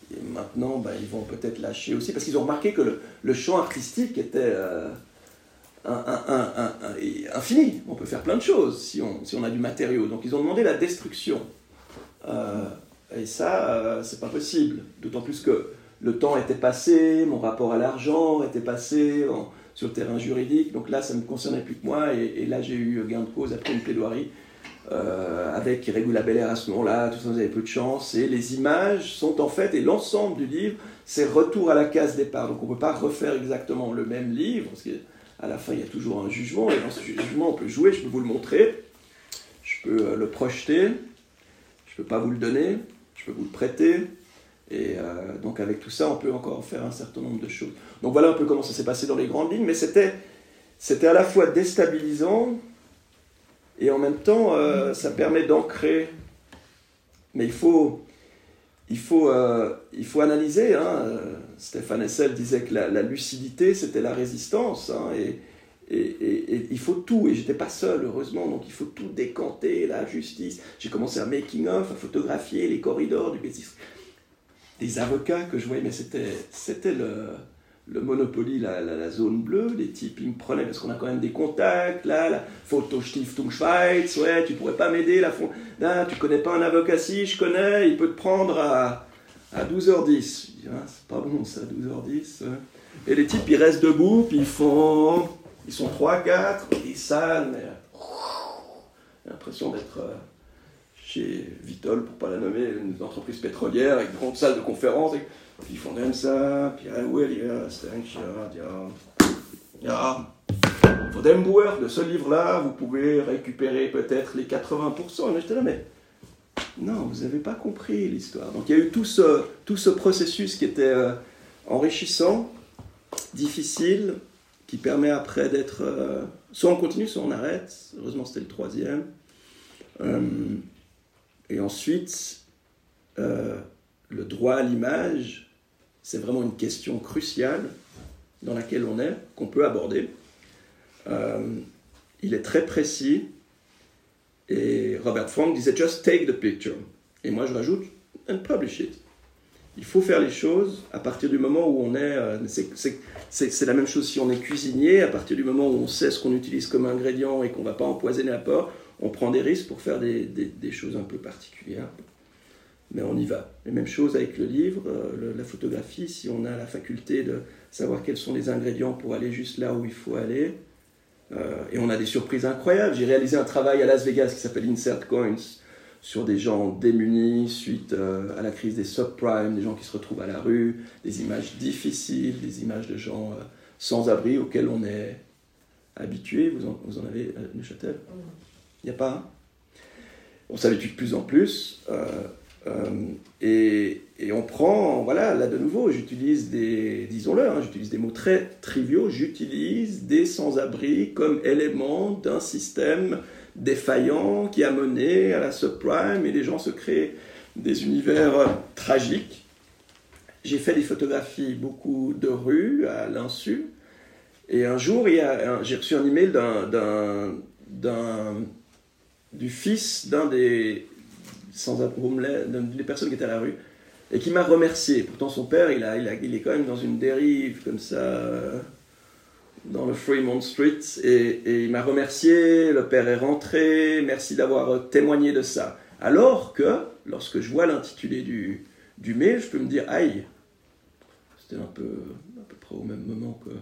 et maintenant, ben, ils vont peut-être lâcher aussi, parce qu'ils ont remarqué que le, le champ artistique était euh, un, un, un, un, un, infini. On peut faire plein de choses si on, si on a du matériau. Donc ils ont demandé la destruction. Euh, et ça, euh, c'est pas possible. D'autant plus que le temps était passé, mon rapport à l'argent était passé en, sur le terrain juridique. Donc là, ça ne me concernait plus que moi. Et, et là, j'ai eu gain de cause après une plaidoirie. Euh, avec Irregula Belair à ce moment-là, tout ça, vous avez peu de chance. Et les images sont en fait, et l'ensemble du livre, c'est retour à la case départ. Donc on ne peut pas refaire exactement le même livre, parce qu'à la fin, il y a toujours un jugement. Et dans ce jugement, on peut jouer, je peux vous le montrer, je peux euh, le projeter, je ne peux pas vous le donner, je peux vous le prêter. Et euh, donc avec tout ça, on peut encore faire un certain nombre de choses. Donc voilà un peu comment ça s'est passé dans les grandes lignes, mais c'était, c'était à la fois déstabilisant, et en même temps, euh, ça permet d'ancrer. Mais il faut, il faut, euh, il faut analyser. Hein. Stéphane Hessel disait que la, la lucidité, c'était la résistance. Hein, et, et, et, et il faut tout. Et j'étais pas seul, heureusement. Donc il faut tout décanter, la justice. J'ai commencé à making of, à photographier les corridors du business. Des avocats que je voyais, mais c'était, c'était le... le Monopoly, la, la, la zone bleue, les types, ils me prenaient parce qu'on a quand même des contacts, là, la Fotostiftung Schweiz, ouais, tu pourrais pas m'aider, la fond... là, tu connais pas un avocat, si, je connais, il peut te prendre à, à douze heures dix. Je dis, ah, c'est pas bon ça, douze heures dix. Ouais. Et les types, ils restent debout, puis ils font, ils sont trois, quatre, ils sales, mais j'ai l'impression d'être euh, chez Vitol, pour pas la nommer, une entreprise pétrolière, avec une grande salle de conférence, et... Puis ils font comme ça, puis ah ouais, ja, ja, von dem Buch, de ce livre-là, vous pouvez récupérer peut-être les quatre-vingts pour cent. Et j'étais là, mais non, vous n'avez pas compris l'histoire. Donc il y a eu tout ce, tout ce processus qui était euh, enrichissant, difficile, qui permet après d'être... Euh, soit on continue, soit on arrête. Heureusement, c'était le troisième. Euh, et ensuite, euh, le droit à l'image... c'est vraiment une question cruciale dans laquelle on est, qu'on peut aborder. Euh, il est très précis. Et Robert Frank disait « Just take the picture ». Et moi, je rajoute « and publish it ». Il faut faire les choses à partir du moment où on est... Euh, c'est, c'est, c'est, c'est la même chose si on est cuisinier. À partir du moment où on sait ce qu'on utilise comme ingrédient et qu'on ne va pas empoisonner la porte, on prend des risques pour faire des, des, des choses un peu particulières. Mais on y va. Et même chose avec le livre, euh, le, la photographie, si on a la faculté de savoir quels sont les ingrédients pour aller juste là où il faut aller. Euh, et on a des surprises incroyables. J'ai réalisé un travail à Las Vegas qui s'appelle Insert Coins, sur des gens démunis suite euh, à la crise des subprimes, des gens qui se retrouvent à la rue, des images difficiles, des images de gens euh, sans abri auxquels on est habitué. Vous en, vous en avez à Neuchâtel ? Il n'y a pas un ? On s'habitue de plus en plus. Euh, Euh, et, et on prend, voilà, là de nouveau, j'utilise des, disons-le, hein, j'utilise des mots très triviaux, j'utilise des sans-abri comme élément d'un système défaillant qui a mené à la subprime, et les gens se créent des univers euh, tragiques. J'ai fait des photographies, beaucoup de rues à l'insu, et un jour, il y a un, j'ai reçu un email d'un, d'un, d'un, du fils d'un des sans homeless, des personnes qui étaient à la rue, et qui m'a remercié. Pourtant, son père, il, a, il, a, il est quand même dans une dérive, comme ça, euh, dans le Fremont Street, et, et il m'a remercié, le père est rentré, merci d'avoir témoigné de ça. Alors que, lorsque je vois l'intitulé du, du mail, je peux me dire, aïe, c'était un peu, à peu près au même moment que...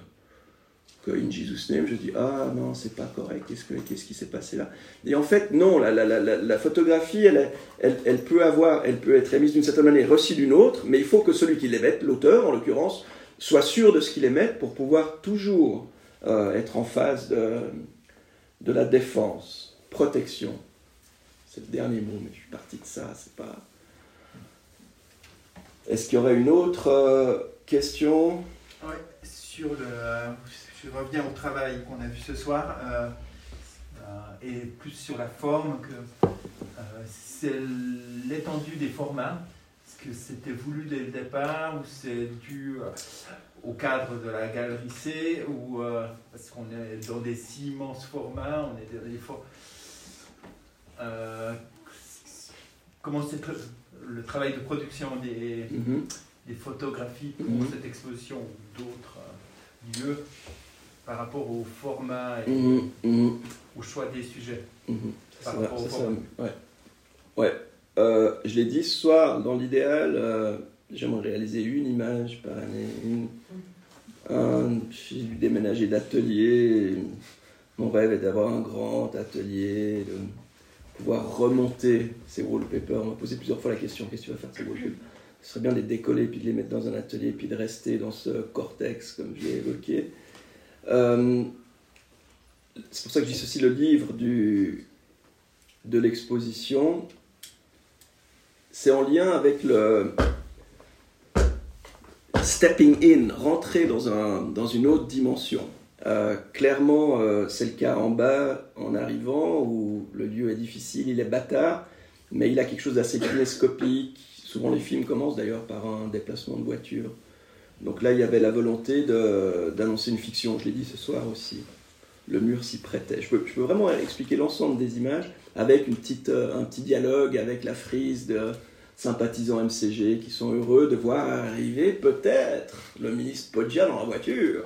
In Jesus' name, je dis ah non, c'est pas correct, qu'est-ce, que, qu'est-ce qui s'est passé là? Et en fait, non, la, la, la, la photographie, elle, elle, elle, peut avoir, elle peut être émise d'une certaine manière, reçue d'une autre, mais il faut que celui qui l'émette, l'auteur en l'occurrence, soit sûr de ce qu'il émette pour pouvoir toujours euh, être en phase de, de la défense, protection. C'est le dernier mot, mais je suis parti de ça, c'est pas... Est-ce qu'il y aurait une autre euh, question? Oui, sur le... Je reviens au travail qu'on a vu ce soir, euh, euh, et plus sur la forme que euh, c'est l'étendue des formats. Est-ce que c'était voulu dès le départ ou c'est dû euh, au cadre de la galerie C ou euh, parce qu'on est dans des si immenses formats, on est dans des formats. Euh, comment c'est le, le travail de production des, mm-hmm. des photographies pour mmh. cette exposition ou d'autres euh, lieux par rapport au format et mmh. Mmh. au choix des sujets. Mmh. Par ça, rapport ça, au ça, format. ouais. Ouais. Euh, je l'ai dit ce soir, dans l'idéal, euh, j'aimerais réaliser une image par année. Une, un, j'ai déménagé d'atelier. Mon rêve est d'avoir un grand atelier, de pouvoir remonter ces wallpapers. On m'a posé plusieurs fois la question, qu'est-ce que tu vas faire de ces wallpapers ? Ce serait bien de les décoller, puis de les mettre dans un atelier, puis de rester dans ce cortex, comme je l'ai évoqué. Euh, c'est pour ça que je dissocie le livre du, de l'exposition. C'est en lien avec le stepping in, rentrer dans, un, dans une autre dimension. Euh, clairement, euh, c'est le cas en bas, en arrivant, où le lieu est difficile, il est bâtard, mais il a quelque chose d'assez kinéscopique. Souvent, les films commencent d'ailleurs par un déplacement de voiture. Donc là, il y avait la volonté de, d'annoncer une fiction, je l'ai dit ce soir aussi. Le mur s'y prêtait. Je peux, je peux vraiment expliquer l'ensemble des images avec une petite, un petit dialogue avec la frise de sympathisants M C G qui sont heureux de voir arriver peut-être le ministre Poggia dans la voiture.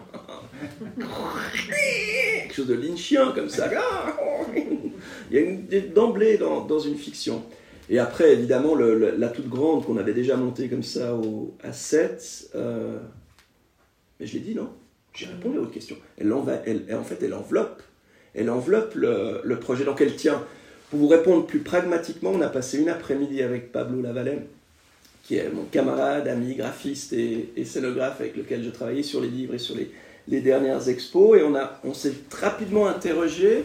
Quelque chose de lynchien comme ça. Il y a une, d'emblée dans, dans une fiction. Et après, évidemment, le, le, la toute grande qu'on avait déjà montée comme ça au, à sept, euh, mais je l'ai dit, non ? J'ai répondu à votre question. Elle, elle, elle, en fait, elle enveloppe, elle enveloppe le, le projet, donc elle tient. Pour vous répondre plus pragmatiquement, on a passé une après-midi avec Pablo Lavalais, qui est mon camarade, ami, graphiste et, et scénographe avec lequel je travaillais sur les livres et sur les, les dernières expos, et on, a, on s'est rapidement interrogé.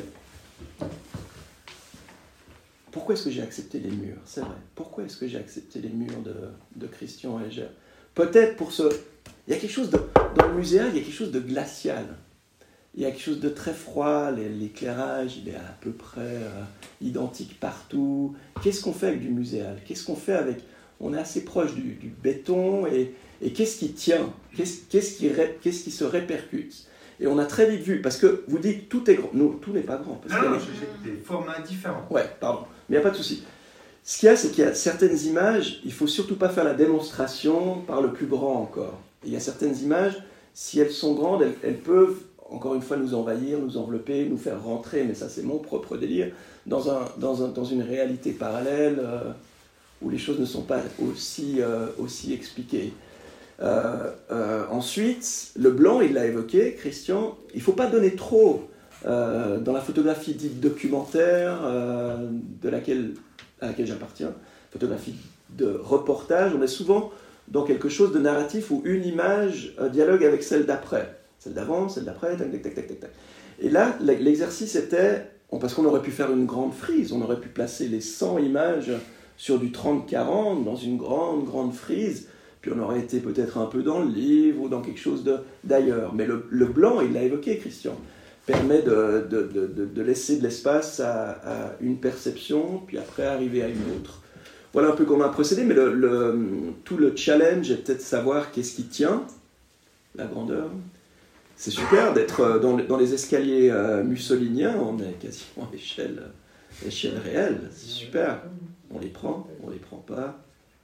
Pourquoi est-ce que j'ai accepté les murs ? C'est vrai. Pourquoi est-ce que j'ai accepté les murs de, de Christian Heger ? Peut-être pour ce... Il y a quelque chose de... Dans le muséal, il y a quelque chose de glacial. Il y a quelque chose de très froid. L'éclairage, il est à peu près euh, identique partout. Qu'est-ce qu'on fait avec du muséal ? Qu'est-ce qu'on fait avec... On est assez proche du, du béton. Et, et qu'est-ce qui tient ? Qu'est-ce, qu'est-ce, qui ré... qu'est-ce qui se répercute ? Et on a très vite vu, parce que vous dites tout est grand. Non, tout n'est pas grand. Parce non, non, est... j'ai des formats différents. Ouais, pardon. Mais il n'y a pas de souci. Ce qu'il y a, c'est qu'il y a certaines images, il ne faut surtout pas faire la démonstration par le plus grand encore. Et il y a certaines images, si elles sont grandes, elles, elles peuvent, encore une fois, nous envahir, nous envelopper, nous faire rentrer, mais ça c'est mon propre délire, dans, un, dans, un, dans une réalité parallèle euh, où les choses ne sont pas aussi, euh, aussi expliquées. Euh, euh, ensuite, le blanc, il l'a évoqué, Christian, il ne faut pas donner trop euh, dans la photographie dite documentaire, euh, de laquelle, à laquelle j'appartiens, photographie de reportage, on est souvent dans quelque chose de narratif où une image euh, dialogue avec celle d'après, celle d'avant, celle d'après, tac, tac, tac, tac, tac. Et là, l'exercice était, parce qu'on aurait pu faire une grande frise, on aurait pu placer les cent images sur du trente quarante dans une grande, grande frise, puis on aurait été peut-être un peu dans le livre ou dans quelque chose de, d'ailleurs. Mais le, le blanc, il l'a évoqué, Christian, permet de, de, de, de laisser de l'espace à, à une perception, puis après arriver à une autre. Voilà un peu comment on a procédé, mais le, le, tout le challenge est peut-être de savoir qu'est-ce qui tient, la grandeur. C'est super d'être dans, dans les escaliers euh, mussoliniens, on est quasiment à échelle, échelle réelle, c'est super. On les prend, on les prend pas.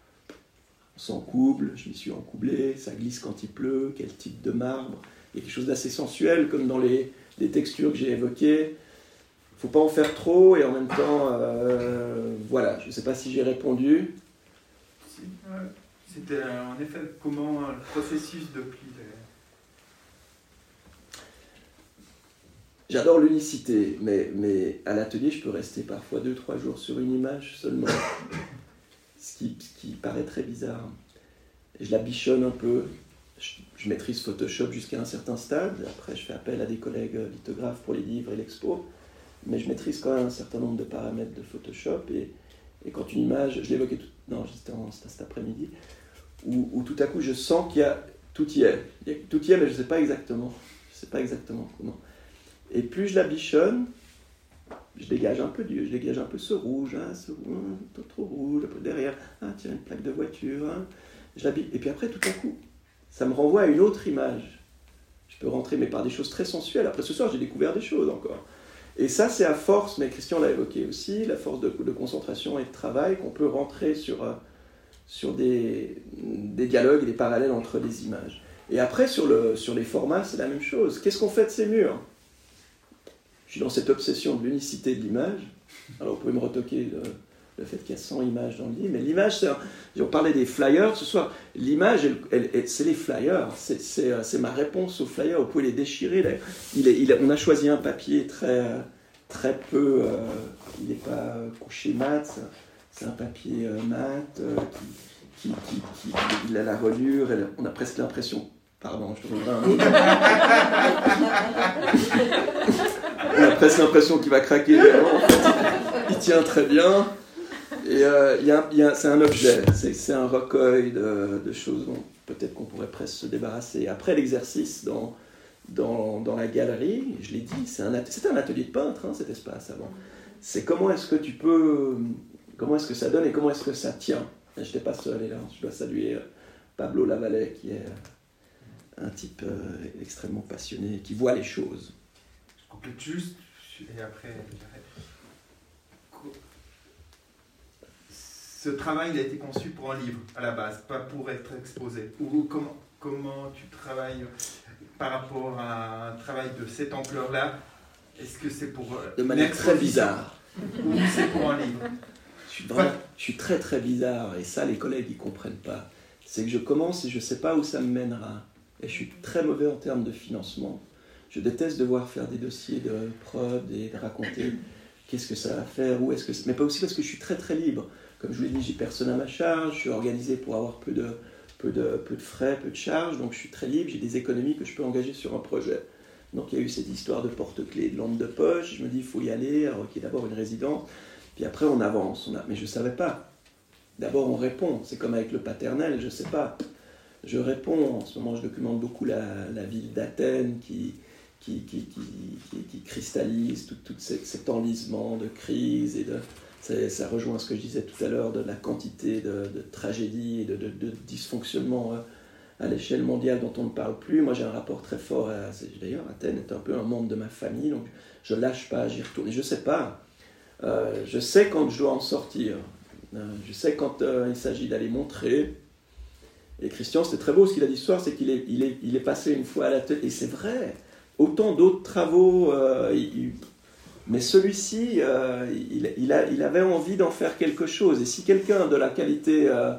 On s'encouble, je m'y suis encoublé, ça glisse quand il pleut, quel type de marbre. Il y a quelque chose d'assez sensuel, comme dans les, les textures que j'ai évoquées. Il ne faut pas en faire trop, et en même temps, euh, voilà, je ne sais pas si j'ai répondu. C'était en effet comment le processus de pli. J'adore l'unicité, mais, mais à l'atelier, je peux rester parfois deux trois jours sur une image seulement. Ce qui, ce qui paraît très bizarre. Et je la bichonne un peu. Je, je maîtrise Photoshop jusqu'à un certain stade. Après, je fais appel à des collègues lithographes pour les livres et l'expo. Mais je maîtrise quand même un certain nombre de paramètres de Photoshop. Et, et quand une image, je l'évoquais tout, non, c'était, en, c'était cet après-midi, où, où tout à coup, je sens qu'il y a tout y est. Il y a, tout y est, mais je ne sais pas exactement. Je ne sais pas exactement comment. Et plus je la bichonne, je dégage un peu du, je dégage un peu ce rouge, hein, ce rouge, trop, trop rouge, un peu derrière, ah tiens, une plaque de voiture, hein. Je la bi- et puis après, tout à coup, ça me renvoie à une autre image. Je peux rentrer, mais par des choses très sensuelles. Après ce soir, j'ai découvert des choses encore. Et ça, c'est à force, mais Christian l'a évoqué aussi, la force de, de concentration et de travail, qu'on peut rentrer sur, sur des, des dialogues et des parallèles entre les images. Et après, sur, le, sur les formats, c'est la même chose. Qu'est-ce qu'on fait de ces murs? Je suis dans cette obsession de l'unicité de l'image. Alors, vous pouvez me retoquer le, le fait qu'il y a cent images dans le livre, mais l'image, c'est un, on parlait des flyers ce soir. L'image, elle, elle, elle, c'est les flyers. C'est, c'est, c'est ma réponse aux flyers. Vous pouvez les déchirer. Il est, il est, on a choisi un papier très, très peu... Euh, il n'est pas couché mat. C'est, c'est un papier euh, mat euh, qui, qui, qui, qui, qui... Il a la reliure. Elle, on a presque l'impression... Pardon, je te trouverai un autre. On a presque l'impression qu'il va craquer. En fait, il tient très bien. Et euh, il y a, il y a, c'est un objet, c'est, c'est un recueil de, de choses dont peut-être qu'on pourrait presque se débarrasser. Après l'exercice dans, dans, dans la galerie, je l'ai dit, c'est un, c'était un atelier de peintre, hein, cet espace avant. C'est comment est-ce que tu peux, comment est-ce que ça donne et comment est-ce que ça tient. Je n'étais pas seul, et là, je dois saluer Pablo Lavallet, qui est un type euh, extrêmement passionné, qui voit les choses. Je complète juste, et après... Ce travail, il a été conçu pour un livre, à la base, pas pour être exposé. Ou comment, comment tu travailles par rapport à un travail de cette ampleur-là? Est-ce que c'est pour... De manière très bizarre. Ou c'est pour un livre? Je suis, vraiment, je suis très très bizarre, et ça les collègues ils comprennent pas. C'est que je commence et je sais pas où ça me mènera. Et je suis très mauvais en termes de financement. Je déteste devoir faire des dossiers de prod et de raconter qu'est-ce que ça va faire, où est-ce que... Mais pas aussi parce que je suis très très libre. Comme je vous l'ai dit, j'ai personne à ma charge, je suis organisé pour avoir peu de, peu de, peu de frais, peu de charges, donc je suis très libre, j'ai des économies que je peux engager sur un projet. Donc il y a eu cette histoire de porte-clés, de lampe de poche, je me dis il faut y aller, alors qu'il y a d'abord une résidence, puis après on avance, on a... mais je ne savais pas. D'abord on répond, c'est comme avec le paternel, je ne sais pas. Je réponds, en ce moment je documente beaucoup la, la ville d'Athènes qui, qui, qui, qui, qui, qui cristallise tout, tout cet enlisement de crise et de... Ça, ça rejoint ce que je disais tout à l'heure de la quantité de, de tragédies et de, de, de dysfonctionnements à l'échelle mondiale dont on ne parle plus. Moi, j'ai un rapport très fort à... D'ailleurs, Athènes est un peu un membre de ma famille, donc je ne lâche pas, j'y retourne. Et je ne sais pas. Euh, je sais quand je dois en sortir. Euh, je sais quand euh, il s'agit d'aller montrer. Et Christian, c'était très beau ce qu'il a dit ce soir, c'est qu'il est, il est, il est passé une fois à l'atelier. Et c'est vrai. Autant d'autres travaux... Euh, il, Mais celui-ci, euh, il, il, a, il avait envie d'en faire quelque chose. Et si quelqu'un de la qualité euh,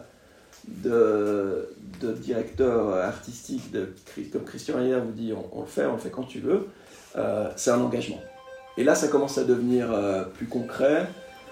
de, de directeur artistique, de, comme Christian hier vous dit, on, on le fait, on le fait quand tu veux, euh, c'est un engagement. Et là, ça commence à devenir euh, plus concret.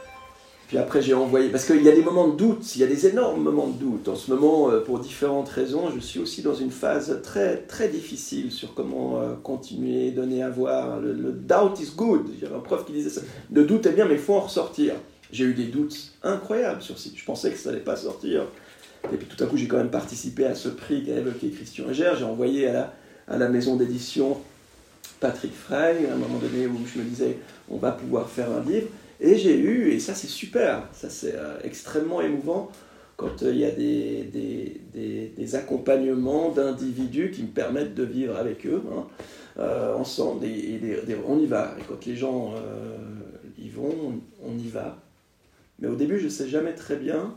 Puis après, j'ai envoyé... Parce qu'il y a des moments de doute, il y a des énormes moments de doute. En ce moment, euh, pour différentes raisons, je suis aussi dans une phase très, très difficile sur comment euh, continuer, donner à voir. Le, le doubt is good. J'avais un prof qui disait ça. Le doute est bien, mais il faut en ressortir. J'ai eu des doutes incroyables sur ce site. Je pensais que ça n'allait pas sortir. Et puis tout à coup, j'ai quand même participé à ce prix qu'a évoqué Christian Egère. J'ai envoyé à la, à la maison d'édition Patrick Frey, à un moment donné où je me disais, on va pouvoir faire un livre. Et j'ai eu, et ça c'est super, ça c'est euh, extrêmement émouvant, quand il euh, y a des, des, des, des accompagnements d'individus qui me permettent de vivre avec eux, hein, euh, ensemble, et, et des, des, on y va. Et quand les gens euh, y vont, on, on y va. Mais au début, je ne sais jamais très bien.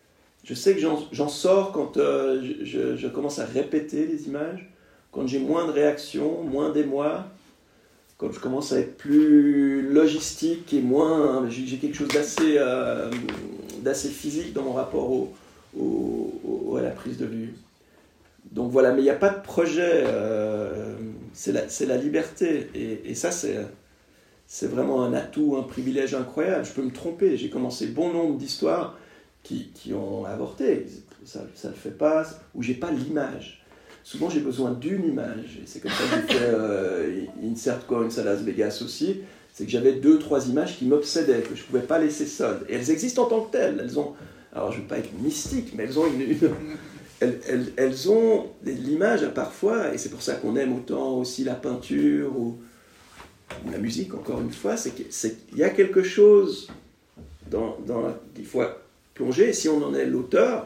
Je sais que j'en, j'en sors quand euh, je, je commence à répéter les images, quand j'ai moins de réactions, moins d'émoi. Quand je commence à être plus logistique et moins... J'ai quelque chose d'assez, euh, d'assez physique dans mon rapport au, au, au, à la prise de vue. Donc voilà, mais il n'y a pas de projet. Euh, c'est, la, c'est la liberté. Et, et ça, c'est, c'est vraiment un atout, un privilège incroyable. Je peux me tromper. J'ai commencé bon nombre d'histoires qui, qui ont avorté. Ça ne le fait pas. Où je n'ai pas l'image. Souvent, j'ai besoin d'une image. Et c'est comme ça que j'ai fait euh, Insert Coins à Las Vegas aussi. C'est que j'avais deux, trois images qui m'obsédaient, que je ne pouvais pas laisser seules. Et elles existent en tant que telles. Elles ont, alors, je ne veux pas être mystique, mais elles ont une... une elles, elles, elles ont l'image parfois, et c'est pour ça qu'on aime autant aussi la peinture ou, ou la musique, encore une fois, c'est qu'il y a quelque chose dans, dans la, il faut plonger. Et si on en est l'auteur...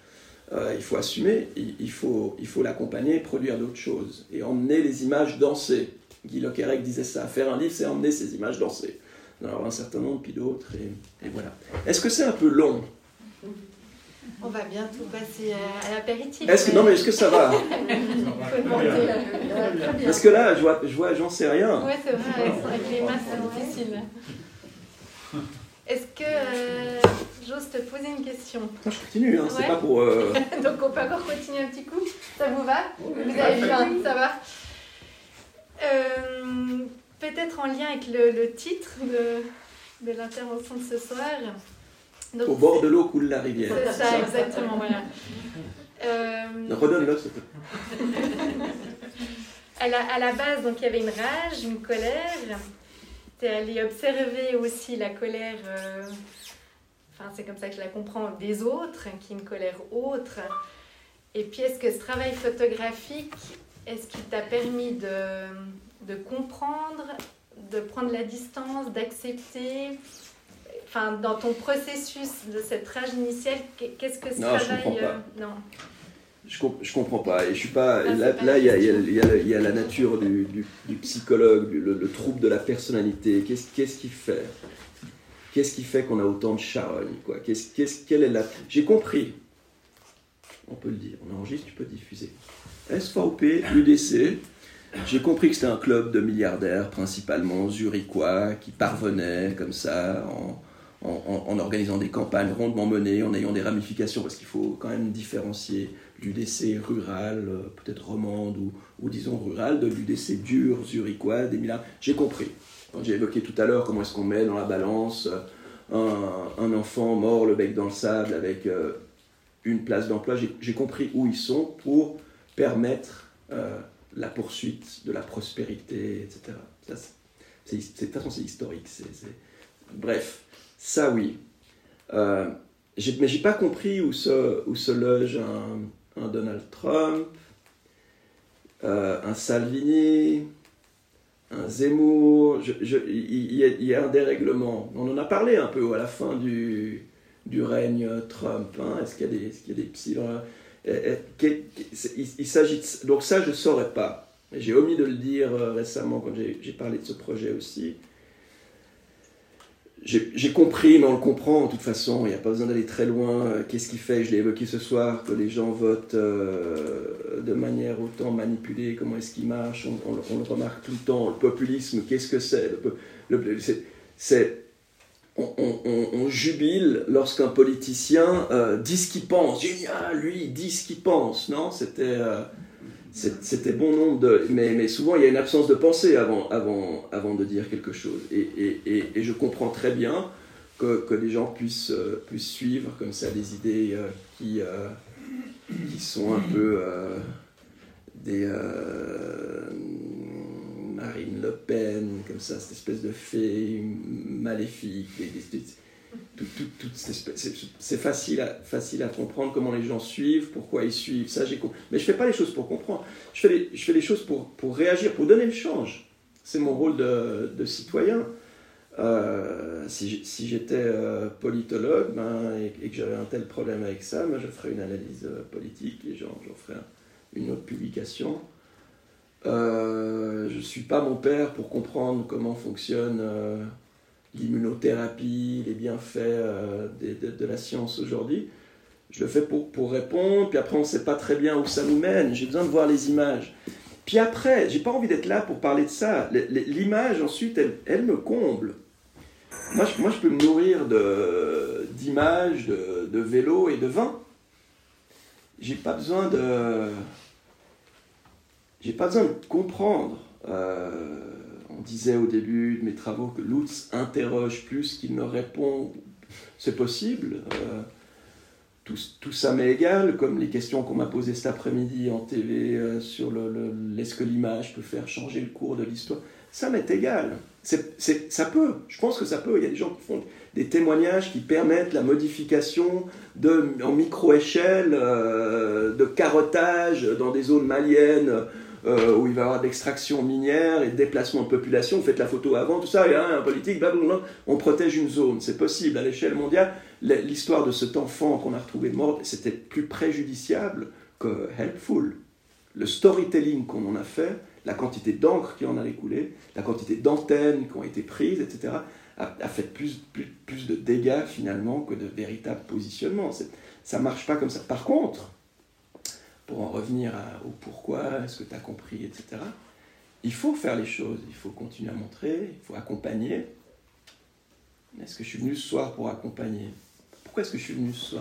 Euh, il faut assumer, il, il, faut, il faut l'accompagner, produire d'autres choses et emmener les images danser. Guy Le Quérec disait ça, faire un livre, c'est emmener ces images danser. Alors un certain nombre, puis d'autres, et, et voilà. Est-ce que c'est un peu long ? On va bientôt passer à, à l'apéritif. Est-ce que, non, mais est-ce que ça va? Faut demander. Parce que là, je vois, je vois, j'en sais rien. Ouais, c'est vrai, avec les mains, c'est difficile. Est-ce que euh, j'ose te poser une question? Moi, je continue, hein, c'est Ouais. pas pour... Euh... Donc on peut encore continuer un petit coup. Ça vous va? Vous avez bien, ça va. Euh, peut-être en lien avec le, le titre de, de l'intervention de ce soir. Donc, Au bord de l'eau coule la rivière. c'est ça, exactement, voilà. Euh, Redonne-le, s'il te plaît. à, la, à la base, donc, il y avait une rage, une colère. Tu es allé observer aussi la colère, euh, enfin c'est comme ça que je la comprends, des autres, qui est une colère autre. Et puis est-ce que ce travail photographique, est-ce qu'il t'a permis de, de comprendre, de prendre la distance, d'accepter, enfin dans ton processus de cette rage initiale, qu'est-ce que ce Non, je travail... comprends pas. Euh, non. Je, comp- je comprends pas. Et je suis pas. Ah, là, pas là, il y a, il y, a, il y, a, il y a la nature du, du, du psychologue, du- le, le trouble de la personnalité. Qu'est-ce, qu'est-ce qui fait Qu'est-ce qui fait qu'on a autant de charogne, quoi? Qu'est-ce, qu'est-ce, quelle est la... J'ai compris. On peut le dire. On enregistre, tu peux diffuser. S V P, U D C. J'ai compris que c'était un club de milliardaires, principalement zurichois, qui parvenaient comme ça en. En, en, en organisant des campagnes rondement menées, en ayant des ramifications, parce qu'il faut quand même différencier l'U D C rural, euh, peut-être romande ou, ou disons rural, de l'U D C dur, zurichois, des milliards. J'ai compris. Quand j'ai évoqué tout à l'heure comment est-ce qu'on met dans la balance un, un enfant mort le bec dans le sable avec euh, une place d'emploi, j'ai, j'ai compris où ils sont pour permettre euh, la poursuite de la prospérité, et cetera. Ça, c'est, c'est, c'est, de toute façon, c'est historique. C'est, c'est... Bref. Ça, oui. Euh, j'ai, mais je n'ai pas compris où se, où se loge un, un Donald Trump, euh, un Salvini, un Zemmour. Je, je, il, y a, il y a un dérèglement. On en a parlé un peu à la fin du, du règne Trump. Hein. Est-ce qu'il y a des, est-ce qu'il y a des psy dans la... il, il s'agit de... Donc ça, je ne saurais pas. J'ai omis de le dire récemment quand j'ai, j'ai parlé de ce projet aussi. J'ai, j'ai compris, mais on le comprend de toute façon, il n'y a pas besoin d'aller très loin. Qu'est-ce qui fait, je l'ai évoqué ce soir, que les gens votent euh, de manière autant manipulée? Comment est-ce qu'ils marchent? on, on, on le remarque tout le temps. Le populisme, qu'est-ce que c'est, le, le, c'est, c'est, on, on, on jubile lorsqu'un politicien euh, dit ce qu'il pense. Génial, lui, il dit ce qu'il pense. Non, c'était... Euh, C'était bon nombre de... Mais, mais souvent, il y a une absence de pensée avant, avant, avant de dire quelque chose. Et, et, et, et je comprends très bien que, que les gens puissent, euh, puissent suivre comme ça des idées euh, qui, euh, qui sont un peu euh, des... Euh, Marine Le Pen, comme ça, cette espèce de fée maléfique, des, des, des, Tout, tout, tout c'est, c'est facile, à, facile à comprendre comment les gens suivent, pourquoi ils suivent, ça j'ai compris. Mais je ne fais pas les choses pour comprendre, je fais les, je fais les choses pour, pour réagir, pour donner le change. C'est mon rôle de, de citoyen. Euh, si, si j'étais euh, politologue ben, et, et que j'avais un tel problème avec ça, ben, je ferais une analyse euh, politique et j'en, j'en ferais un, une autre publication. Euh, je ne suis pas mon père pour comprendre comment fonctionne... Euh, l'immunothérapie, les bienfaits euh, de, de, de la science aujourd'hui. Je le fais pour, pour répondre, puis après on ne sait pas très bien où ça nous mène, j'ai besoin de voir les images. Puis après, je n'ai pas envie d'être là pour parler de ça. L'image ensuite, elle, elle me comble. Moi je, moi, je peux me nourrir de, d'images, de, de vélos et de vin. J'ai pas besoin de... J'ai pas besoin de comprendre. Euh, On disait au début de mes travaux que Lutz interroge plus qu'il ne répond. C'est possible. Euh, tout, tout ça m'est égal, comme les questions qu'on m'a posées cet après-midi en T V euh, sur le, le, est-ce que l'image peut faire changer le cours de l'histoire. Ça m'est égal. C'est, c'est, ça peut. Je pense que ça peut. Il y a des gens qui font des témoignages qui permettent la modification de, en micro-échelle euh, de carottage dans des zones maliennes. Euh, où il va y avoir de l'extraction minière et de déplacement de population, vous faites la photo avant, tout ça, et hein, un politique, blablabla, on protège une zone, c'est possible à l'échelle mondiale. L'histoire de cet enfant qu'on a retrouvé mort, c'était plus préjudiciable que helpful. Le storytelling qu'on en a fait, la quantité d'encre qui en a écoulé, la quantité d'antennes qui ont été prises, et cetera, a, a fait plus, plus, plus de dégâts finalement que de véritable positionnement. C'est, ça ne marche pas comme ça. Par contre, pour en revenir à, au pourquoi, est-ce que tu as compris, et cetera, il faut faire les choses, il faut continuer à montrer, il faut accompagner. Est-ce que je suis venu ce soir pour accompagner ? Pourquoi est-ce que je suis venu ce soir ?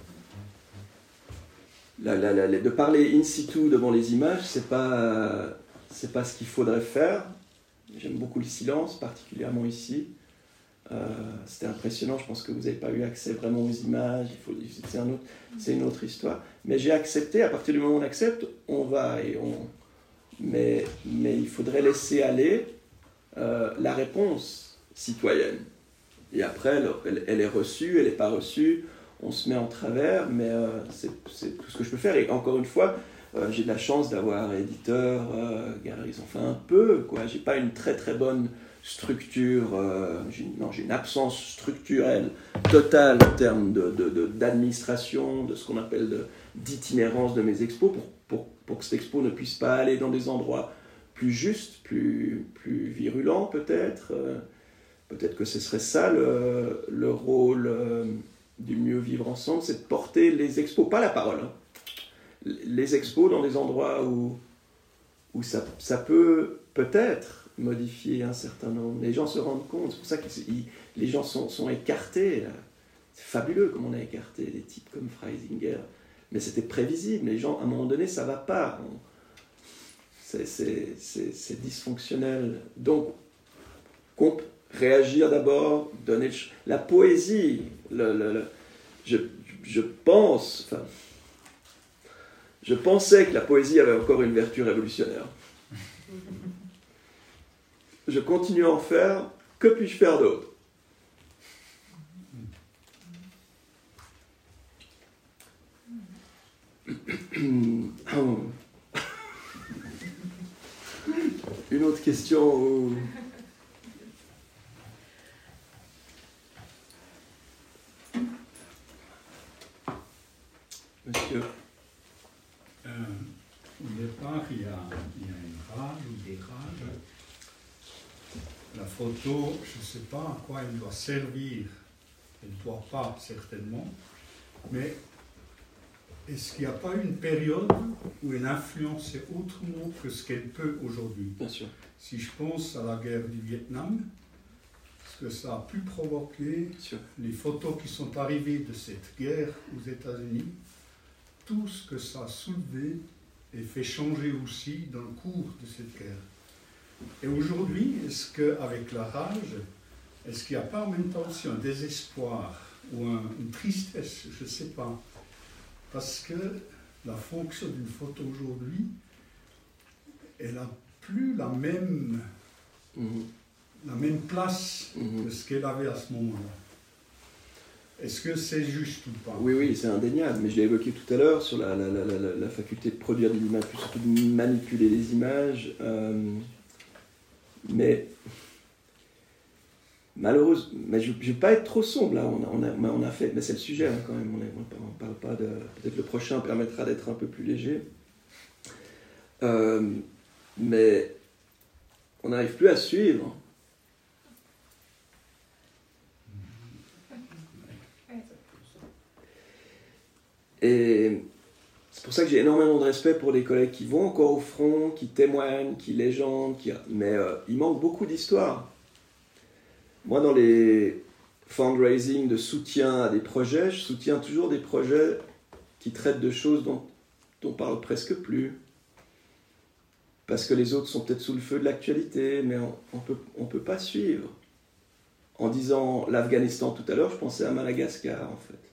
la, la, la, De parler in situ devant les images, ce n'est pas, c'est pas ce qu'il faudrait faire. J'aime beaucoup le silence, particulièrement ici. Euh, c'était impressionnant, je pense que vous n'avez pas eu accès vraiment aux images, il faut, c'est, un autre, c'est une autre histoire. Mais j'ai accepté, à partir du moment où on accepte, on va et on... Mais, mais il faudrait laisser aller euh, la réponse citoyenne. Et après, elle, elle est reçue, elle n'est pas reçue, on se met en travers, mais euh, c'est, c'est tout ce que je peux faire. Et encore une fois, euh, j'ai de la chance d'avoir éditeur, euh, galeries, enfin un peu, quoi. J'ai pas une très très bonne structure, euh, j'ai, non, j'ai une absence structurelle totale en termes de, de, de, d'administration, de ce qu'on appelle de, d'itinérance de mes expos, pour, pour, pour que cette expo ne puisse pas aller dans des endroits plus justes, plus, plus virulents peut-être. Euh, peut-être que ce serait ça le, le rôle euh, du mieux vivre ensemble, c'est de porter les expos, pas la parole, hein, les expos dans des endroits où, où ça, ça peut peut-être modifier un certain nombre. Les gens se rendent compte, c'est pour ça que les gens sont, sont écartés. Là. C'est fabuleux comme on a écarté des types comme Freisinger, mais c'était prévisible. Les gens, à un moment donné, ça ne va pas. On, c'est, c'est, c'est, c'est dysfonctionnel. Donc, comp- réagir d'abord, donner le, la poésie. Le, le, le, je, je pense, enfin, je pensais que la poésie avait encore une vertu révolutionnaire. Je continue à en faire. Que puis-je faire d'autre ? Une autre question où... Monsieur. Euh, au départ, il y, a, il y a une rage ou des rages. La photo, je ne sais pas à quoi elle doit servir. Elle ne doit pas, certainement. Mais est-ce qu'il n'y a pas une période où elle influençait autrement que ce qu'elle peut aujourd'hui ? Bien sûr. Si je pense à la guerre du Vietnam, ce que ça a pu provoquer, les photos qui sont arrivées de cette guerre aux États-Unis, tout ce que ça a soulevé et fait changer aussi dans le cours de cette guerre. Et aujourd'hui, est-ce qu'avec la rage, est-ce qu'il n'y a pas en même temps aussi un désespoir ou un, une tristesse, je ne sais pas, parce que la fonction d'une photo aujourd'hui, elle n'a plus la même, mmh. la même place mmh. que ce qu'elle avait à ce moment-là. Est-ce que c'est juste ou pas ? Oui, oui, c'est indéniable, mais je l'ai évoqué tout à l'heure sur la, la, la, la, la faculté de produire des images, puis surtout de manipuler les images. Euh, mais malheureusement, mais je ne vais pas être trop sombre là, on a, on a, on a fait, mais c'est le sujet hein, quand même, on ne parle pas de... Peut-être le prochain permettra d'être un peu plus léger. Euh, mais on n'arrive plus à suivre. Et c'est pour ça que j'ai énormément de respect pour les collègues qui vont encore au front, qui témoignent, qui légendent, qui... mais euh, il manque beaucoup d'histoires. Moi, dans les fundraising de soutien à des projets, je soutiens toujours des projets qui traitent de choses dont on ne parle presque plus. Parce que les autres sont peut-être sous le feu de l'actualité, mais on ne peut, on peut pas suivre. En disant l'Afghanistan tout à l'heure, je pensais à Madagascar, en fait.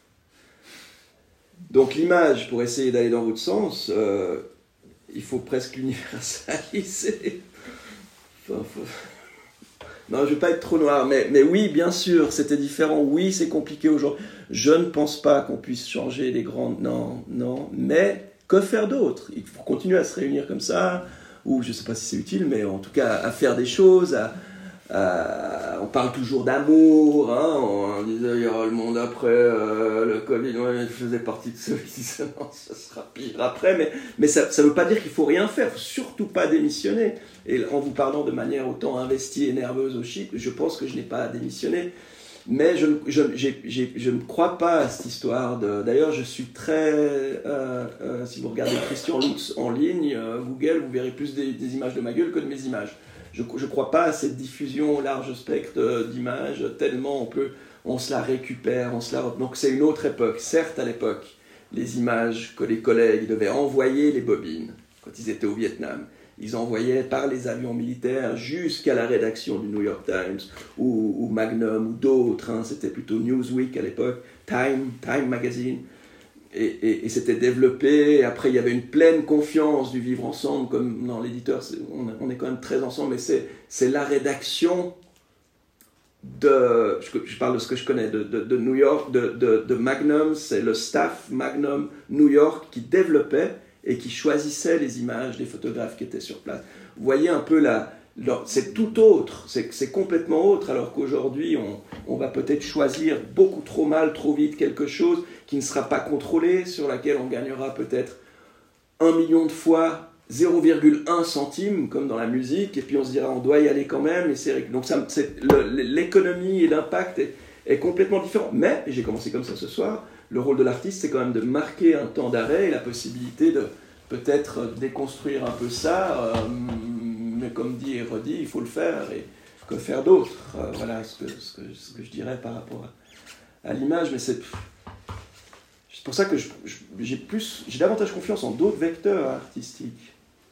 Donc l'image, pour essayer d'aller dans votre sens, euh, il faut presque l'universaliser. Enfin, faut... Non, je ne vais pas être trop noir, mais, mais oui, bien sûr, c'était différent. Oui, c'est compliqué aujourd'hui. Je ne pense pas qu'on puisse changer les grandes... Non, non, mais que faire d'autre ? Il faut continuer à se réunir comme ça, ou je ne sais pas si c'est utile, mais en tout cas à faire des choses, à... Euh, on parle toujours d'amour, hein, on, on disait il y aura le monde après, euh, le Covid, ouais, je faisais partie de ceux qui disaient non, ça sera pire après, mais, mais ça ne veut pas dire qu'il ne faut rien faire, il ne faut surtout pas démissionner. Et en vous parlant de manière autant investie et nerveuse au Chypre, je pense que je n'ai pas à démissionner. Mais je, je, j'ai, j'ai, je ne crois pas à cette histoire de... D'ailleurs, je suis très... Euh, euh, si vous regardez Christian Lutz en ligne, euh, Google, vous verrez plus des, des images de ma gueule que de mes images. Je ne crois pas à cette diffusion au large spectre d'images, tellement on peut... On se la récupère, on se la... Donc c'est une autre époque. Certes, à l'époque, les images que les collègues devaient envoyer les bobines, quand ils étaient au Vietnam, ils envoyaient par les avions militaires jusqu'à la rédaction du New York Times ou, ou Magnum ou d'autres. Hein. C'était plutôt Newsweek à l'époque, Time, Time Magazine. Et, et, et c'était développé. Après, il y avait une pleine confiance du vivre ensemble. Comme dans l'éditeur, c'est, on, on est quand même très ensemble. Mais c'est, c'est la rédaction de... Je, je parle de ce que je connais, de, de, de New York, de, de, de Magnum. C'est le staff Magnum New York qui développait et qui choisissait les images des photographes qui étaient sur place. Vous voyez un peu la... la c'est tout autre, c'est, c'est complètement autre, alors qu'aujourd'hui, on, on va peut-être choisir beaucoup trop mal, trop vite quelque chose qui ne sera pas contrôlé, sur laquelle on gagnera peut-être un million de fois zéro virgule un centime, comme dans la musique, et puis on se dira on doit y aller quand même. Et c'est, donc ça, c'est, le, l'économie et l'impact est, est complètement différent. Mais, et j'ai commencé comme ça ce soir, le rôle de l'artiste, c'est quand même de marquer un temps d'arrêt et la possibilité de peut-être déconstruire un peu ça, euh, mais comme dit et redit, il faut le faire, et que faire d'autre. Euh, voilà ce que, ce, que, ce que je dirais par rapport à, à l'image, mais c'est, c'est pour ça que je, je, j'ai, plus, j'ai davantage confiance en d'autres vecteurs artistiques,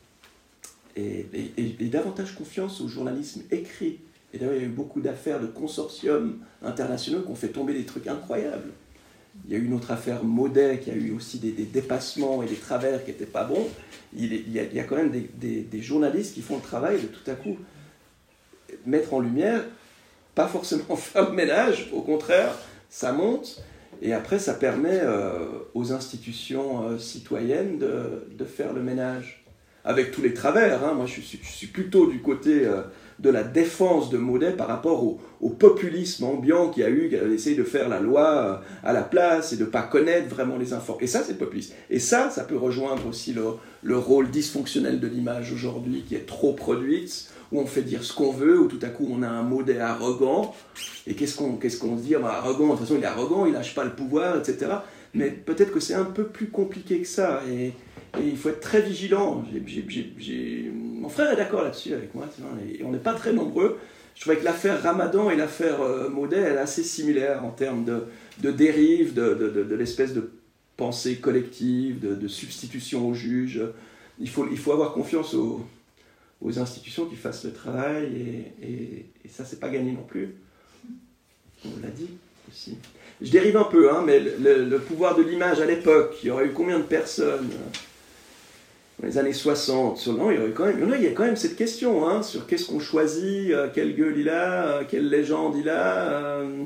et, et, et, et davantage confiance au journalisme écrit. Et d'ailleurs, il y a eu beaucoup d'affaires de consortiums internationaux qui ont fait tomber des trucs incroyables. Il y a eu une autre affaire Maudet qui a eu aussi des, des dépassements et des travers qui n'étaient pas bons. Il, est, il, y a, il y a quand même des, des, des journalistes qui font le travail de tout à coup mettre en lumière, pas forcément faire le ménage, au contraire, ça monte. Et après, ça permet euh, aux institutions euh, citoyennes de, de faire le ménage. Avec tous les travers. Hein. Moi, je suis, je suis plutôt du côté... Euh, de la défense de Maudet par rapport au, au populisme ambiant qu'il y a eu, qui a essayé de faire la loi à la place et de ne pas connaître vraiment les infos. Et ça, c'est le populisme. Et ça, ça peut rejoindre aussi le, le rôle dysfonctionnel de l'image aujourd'hui, qui est trop produite, où on fait dire ce qu'on veut, où tout à coup on a un Maudet arrogant. Et qu'est-ce qu'on, qu'est-ce qu'on se dit bah, arrogant, de toute façon il est arrogant, il lâche pas le pouvoir, et cetera. Mais peut-être que c'est un peu plus compliqué que ça. Et, Et il faut être très vigilant. J'ai, j'ai, j'ai, j'ai... Mon frère est d'accord là-dessus avec moi, et on n'est pas très nombreux. Je trouvais que l'affaire Ramadan et l'affaire euh, Maudet, elle est assez similaire en termes de, de dérive, de, de, de, de l'espèce de pensée collective, de, de substitution aux juges. Il faut, il faut avoir confiance aux, aux institutions qui fassent le travail, et, et, et ça, c'est pas gagné non plus. On l'a dit aussi. Je dérive un peu, hein, mais le, le pouvoir de l'image à l'époque, il y aurait eu combien de personnes dans les années soixante sur, non, il y aurait quand même, il y a quand même cette question hein, sur qu'est-ce qu'on choisit, euh, quelle gueule il a, euh, quelle légende il a. Euh,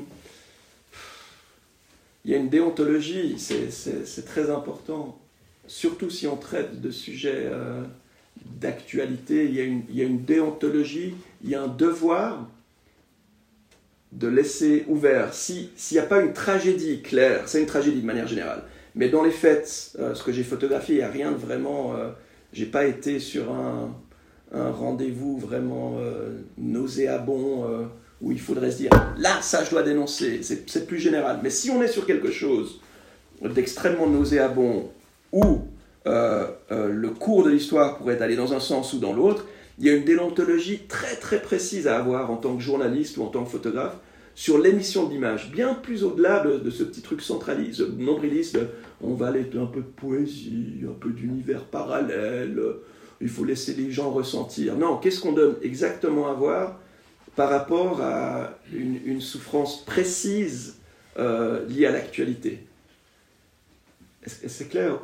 il y a une déontologie, c'est, c'est, c'est très important. Surtout si on traite de sujets euh, d'actualité, il y a une, il y a une déontologie, il y a un devoir de laisser ouvert. Si, s'il n'y a pas une tragédie claire, c'est une tragédie de manière générale, mais dans les faits, euh, ce que j'ai photographié, il n'y a rien de vraiment... Euh, j'ai pas été sur un, un rendez-vous vraiment euh, nauséabond, euh, où il faudrait se dire, là, ça, je dois dénoncer. C'est, c'est plus général. Mais si on est sur quelque chose d'extrêmement nauséabond, où euh, euh, le cours de l'histoire pourrait aller dans un sens ou dans l'autre, il y a une déontologie très très précise à avoir en tant que journaliste ou en tant que photographe sur l'émission de l'image, bien plus au-delà de, de ce petit truc centraliste, nombriliste, on va aller un peu de poésie, un peu d'univers parallèle, il faut laisser les gens ressentir. Non, qu'est-ce qu'on donne exactement à voir par rapport à une, une souffrance précise euh, liée à l'actualité? Est-ce que c'est clair?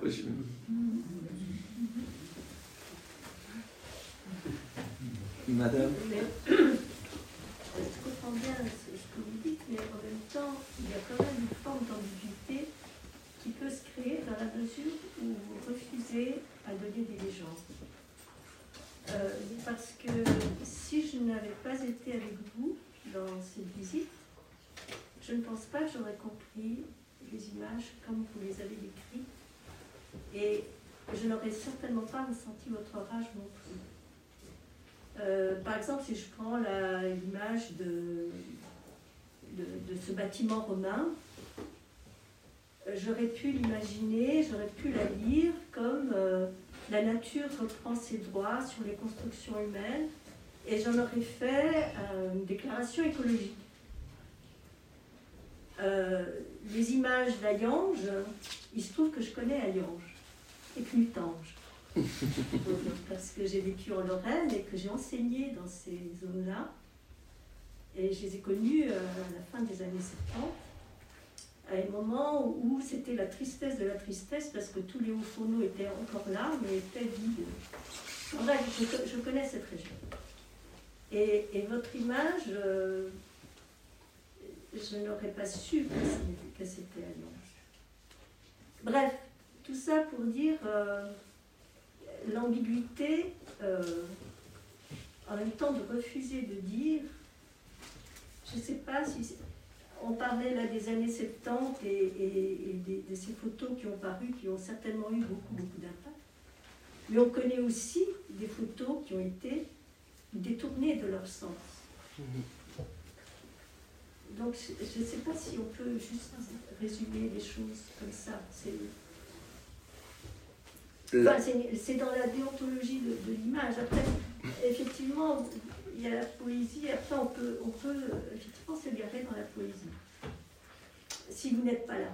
Madame. Mais, je comprends bien ce, ce que vous dites, mais en même temps, il y a quand même une forme d'ambiguïté qui peut se créer dans la mesure où vous refusez à donner des légendes. Euh, parce que si je n'avais pas été avec vous dans cette visite, je ne pense pas que j'aurais compris les images comme vous les avez décrites, et je n'aurais certainement pas ressenti votre rage non plus. Euh, par exemple, si je prends la, l'image de de, de ce bâtiment romain, j'aurais pu l'imaginer, j'aurais pu la lire comme euh, la nature reprend ses droits sur les constructions humaines, et j'en aurais fait euh, une déclaration écologique. Euh, les images d'Hayange, il se trouve que je connais Hayange et Knutange, parce que j'ai vécu en Lorraine et que j'ai enseigné dans ces zones-là, et je les ai connues euh, à la fin des années soixante-dix, à un moment où c'était la tristesse de la tristesse, parce que tous les hauts fourneaux étaient encore là, mais étaient vides. En vrai, je, je connais cette région. Et, et votre image, euh, je n'aurais pas su que, que c'était Hayange. Bref, tout ça pour dire euh, l'ambiguïté, euh, en même temps de refuser de dire, je ne sais pas si... On parlait là des années soixante-dix et, et, et des, de ces photos qui ont paru, qui ont certainement eu beaucoup, beaucoup d'impact. Mais on connaît aussi des photos qui ont été détournées de leur sens. Donc je ne sais pas si on peut juste résumer les choses comme ça. C'est, enfin, c'est, c'est dans la déontologie de, de l'image. Après, effectivement, il y a la poésie, après on peut, on peut effectivement se garer dans la poésie. Si vous n'êtes pas là.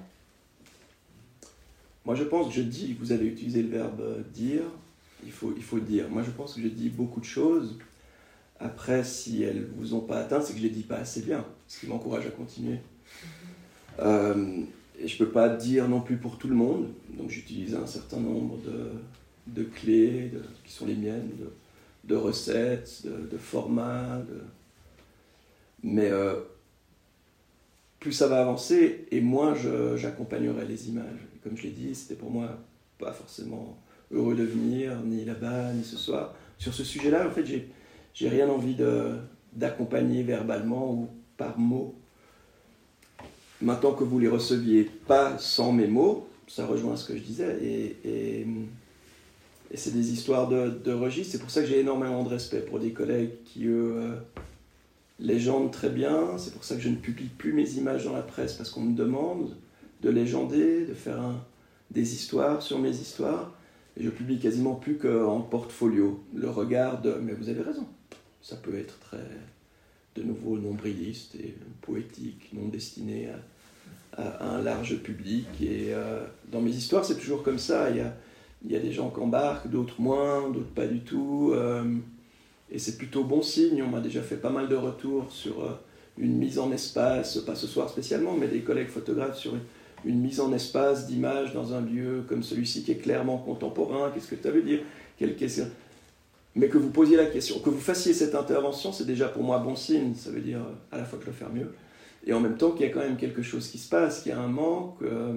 Moi je pense que je dis, vous avez utilisé le verbe dire, il faut, il faut dire. Moi je pense que je dis beaucoup de choses. Après, si elles ne vous ont pas atteint, c'est que je ne les dis pas assez bien, ce qui m'encourage à continuer. Euh, et je ne peux pas dire non plus pour tout le monde, donc j'utilise un certain nombre de, de clés de, qui sont les miennes, de, de recettes, de, de formats, de... mais euh, plus ça va avancer et moins je, j'accompagnerai les images. Et comme je l'ai dit, c'était pour moi pas forcément heureux de venir, ni là-bas, ni ce soir. Sur ce sujet-là, en fait, j'ai, j'ai rien envie de, d'accompagner verbalement ou par mots. Maintenant que vous les receviez pas sans mes mots, ça rejoint ce que je disais, et, et Et c'est des histoires de, de registre. C'est pour ça que j'ai énormément de respect pour des collègues qui, eux, euh, légendent très bien. C'est pour ça que je ne publie plus mes images dans la presse, parce qu'on me demande de légender, de faire un, des histoires sur mes histoires. Et je publie quasiment plus qu'en portfolio. Le regard de... Mais vous avez raison. Ça peut être très, de nouveau, nombriliste et poétique, non destiné à, à, à un large public. Et euh, dans mes histoires, c'est toujours comme ça. Il y a... Il y a des gens qui embarquent, d'autres moins, d'autres pas du tout. Euh, et c'est plutôt bon signe. On m'a déjà fait pas mal de retours sur euh, une mise en espace, pas ce soir spécialement, mais des collègues photographes sur une, une mise en espace d'images dans un lieu comme celui-ci qui est clairement contemporain. Qu'est-ce que ça veut dire ? Quelle question ? Mais que vous posiez la question, que vous fassiez cette intervention, c'est déjà pour moi bon signe. Ça veut dire à la fois que je le fais mieux, et en même temps qu'il y a quand même quelque chose qui se passe, qu'il y a un manque... Euh,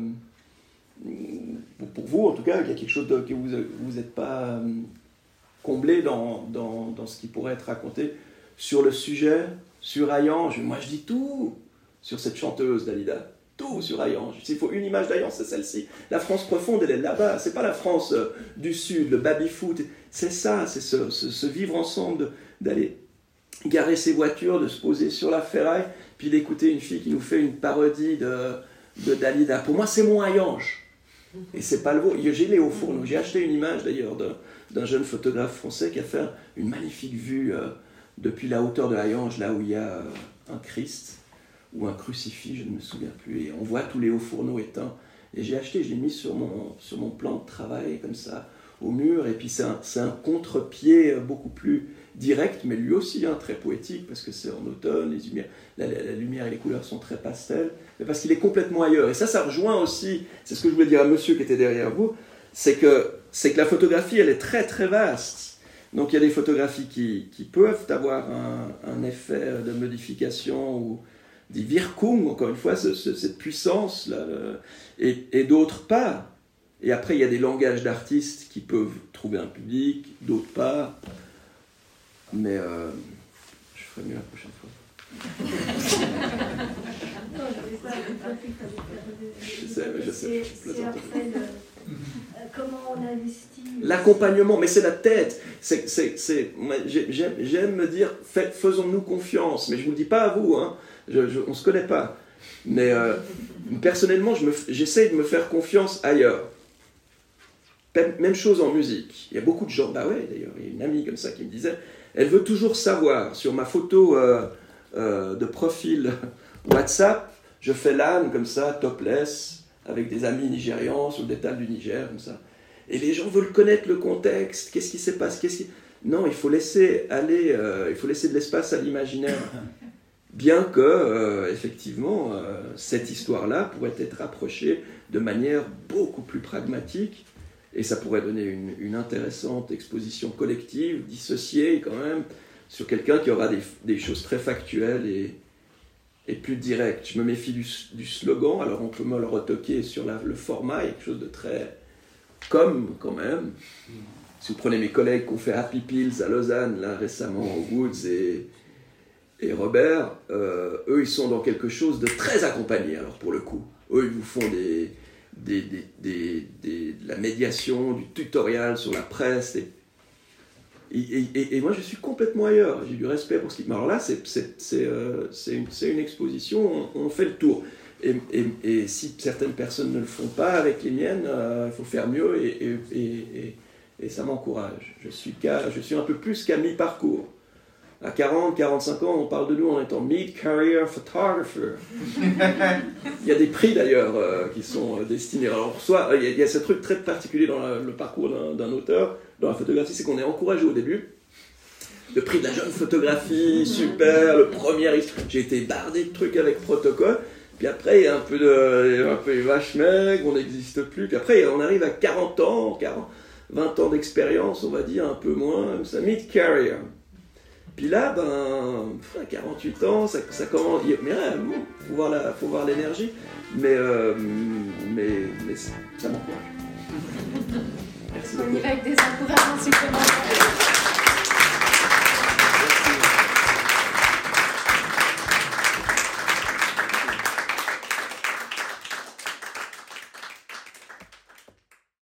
pour vous en tout cas, il y a quelque chose de, que vous n'êtes pas euh, comblé dans, dans, dans ce qui pourrait être raconté sur le sujet, sur Hayange. Moi je dis tout sur cette chanteuse Dalida, tout sur Hayange. S'il faut une image d'Hayange, c'est celle-ci. La France profonde, elle est là-bas, c'est pas la France euh, du Sud, le baby-foot, c'est ça, c'est ce, ce, ce vivre ensemble, de, d'aller garer ses voitures, de se poser sur la ferraille, puis d'écouter une fille qui nous fait une parodie de, de Dalida. Pour moi c'est mon Hayange. Et c'est pas le vôtre. J'ai les hauts fourneaux. J'ai acheté une image d'ailleurs d'un, d'un jeune photographe français qui a fait une magnifique vue euh, depuis la hauteur de Hayange, là où il y a euh, un Christ ou un crucifix, je ne me souviens plus. Et on voit tous les hauts fourneaux éteints. Et j'ai acheté, je l'ai mis sur mon, sur mon plan de travail, comme ça, au mur. Et puis c'est un, c'est un contre-pied beaucoup plus direct, mais lui aussi hein, très poétique, parce que c'est en automne, les lumières, la, la, la lumière et les couleurs sont très pastel, mais parce qu'il est complètement ailleurs. Et ça, ça rejoint aussi, c'est ce que je voulais dire à monsieur qui était derrière vous, c'est que, c'est que la photographie, elle est très très vaste. Donc il y a des photographies qui, qui peuvent avoir un, un effet de modification, ou des Wirkung, encore une fois, ce, ce, cette puissance, là, et, et d'autres pas. Et après, il y a des langages d'artistes qui peuvent trouver un public, d'autres pas. Mais euh, je ferai mieux la prochaine fois. Non, je ne sais pas, je sais, je sais, mais je sais, je c'est après le, euh, comment on investit. L'accompagnement, mais c'est la tête. C'est, c'est, c'est, moi, j'aime, j'aime me dire, fait, faisons-nous confiance. Mais je ne vous le dis pas à vous, hein. je, je, on ne se connaît pas. Mais euh, personnellement, je me, j'essaye de me faire confiance ailleurs. Même chose en musique. Il y a beaucoup de gens, bah ouais, d'ailleurs, il y a une amie comme ça qui me disait, elle veut toujours savoir, sur ma photo euh, euh, de profil WhatsApp, je fais l'âne comme ça, topless, avec des amis nigérians sur le détal du Niger, comme ça. Et les gens veulent connaître le contexte, qu'est-ce qui se passe, qu'est-ce qui... Non, il faut laisser aller, euh, il faut laisser de l'espace à l'imaginaire. Bien que, euh, effectivement, euh, cette histoire-là pourrait être approchée de manière beaucoup plus pragmatique, et ça pourrait donner une, une intéressante exposition collective, dissociée quand même, sur quelqu'un qui aura des, des choses très factuelles et, et plus directes. Je me méfie du, du slogan, alors on peut me le retoquer sur la, le format, il y a quelque chose de très comme quand même. Si vous prenez mes collègues qui ont fait Happy Pills à Lausanne, là récemment, Woods et, et Robert, euh, eux ils sont dans quelque chose de très accompagné, alors pour le coup. Eux ils vous font des... Des, des, des, des, de la médiation, du tutoriel sur la presse. Et, et, et, et moi, je suis complètement ailleurs. J'ai du respect pour ce qui... Mais alors là, c'est, c'est, c'est, euh, c'est, une, c'est une exposition, on, on fait le tour. Et, et, et si certaines personnes ne le font pas avec les miennes, euh, il faut faire mieux et, et, et, et, et ça m'encourage. Je suis, qu'à, je suis un peu plus qu'à mi-parcours. À quarante, quarante-cinq ans, on parle de nous en étant mid-career photographer. Il y a des prix d'ailleurs euh, qui sont euh, destinés. Alors, soit, il y, a, il y a ce truc très particulier dans la, le parcours d'un, d'un auteur, dans la photographie, c'est qu'on est encouragé au début. Le prix de la jeune photographie, super, le premier. J'ai été bardé de trucs avec protocole. Puis après, il y a un peu de. Un peu vache maigre, on n'existe plus. Puis après, on arrive à quarante ans, quarante, vingt ans d'expérience, on va dire, un peu moins, ça, mid-career. Puis là, ben, à quarante-huit ans, ça, ça commence. Mais il faut voir la, faut voir l'énergie. Mais, euh, mais, mais ça m'encourage. Merci beaucoup. On y va avec des encouragements supplémentaires.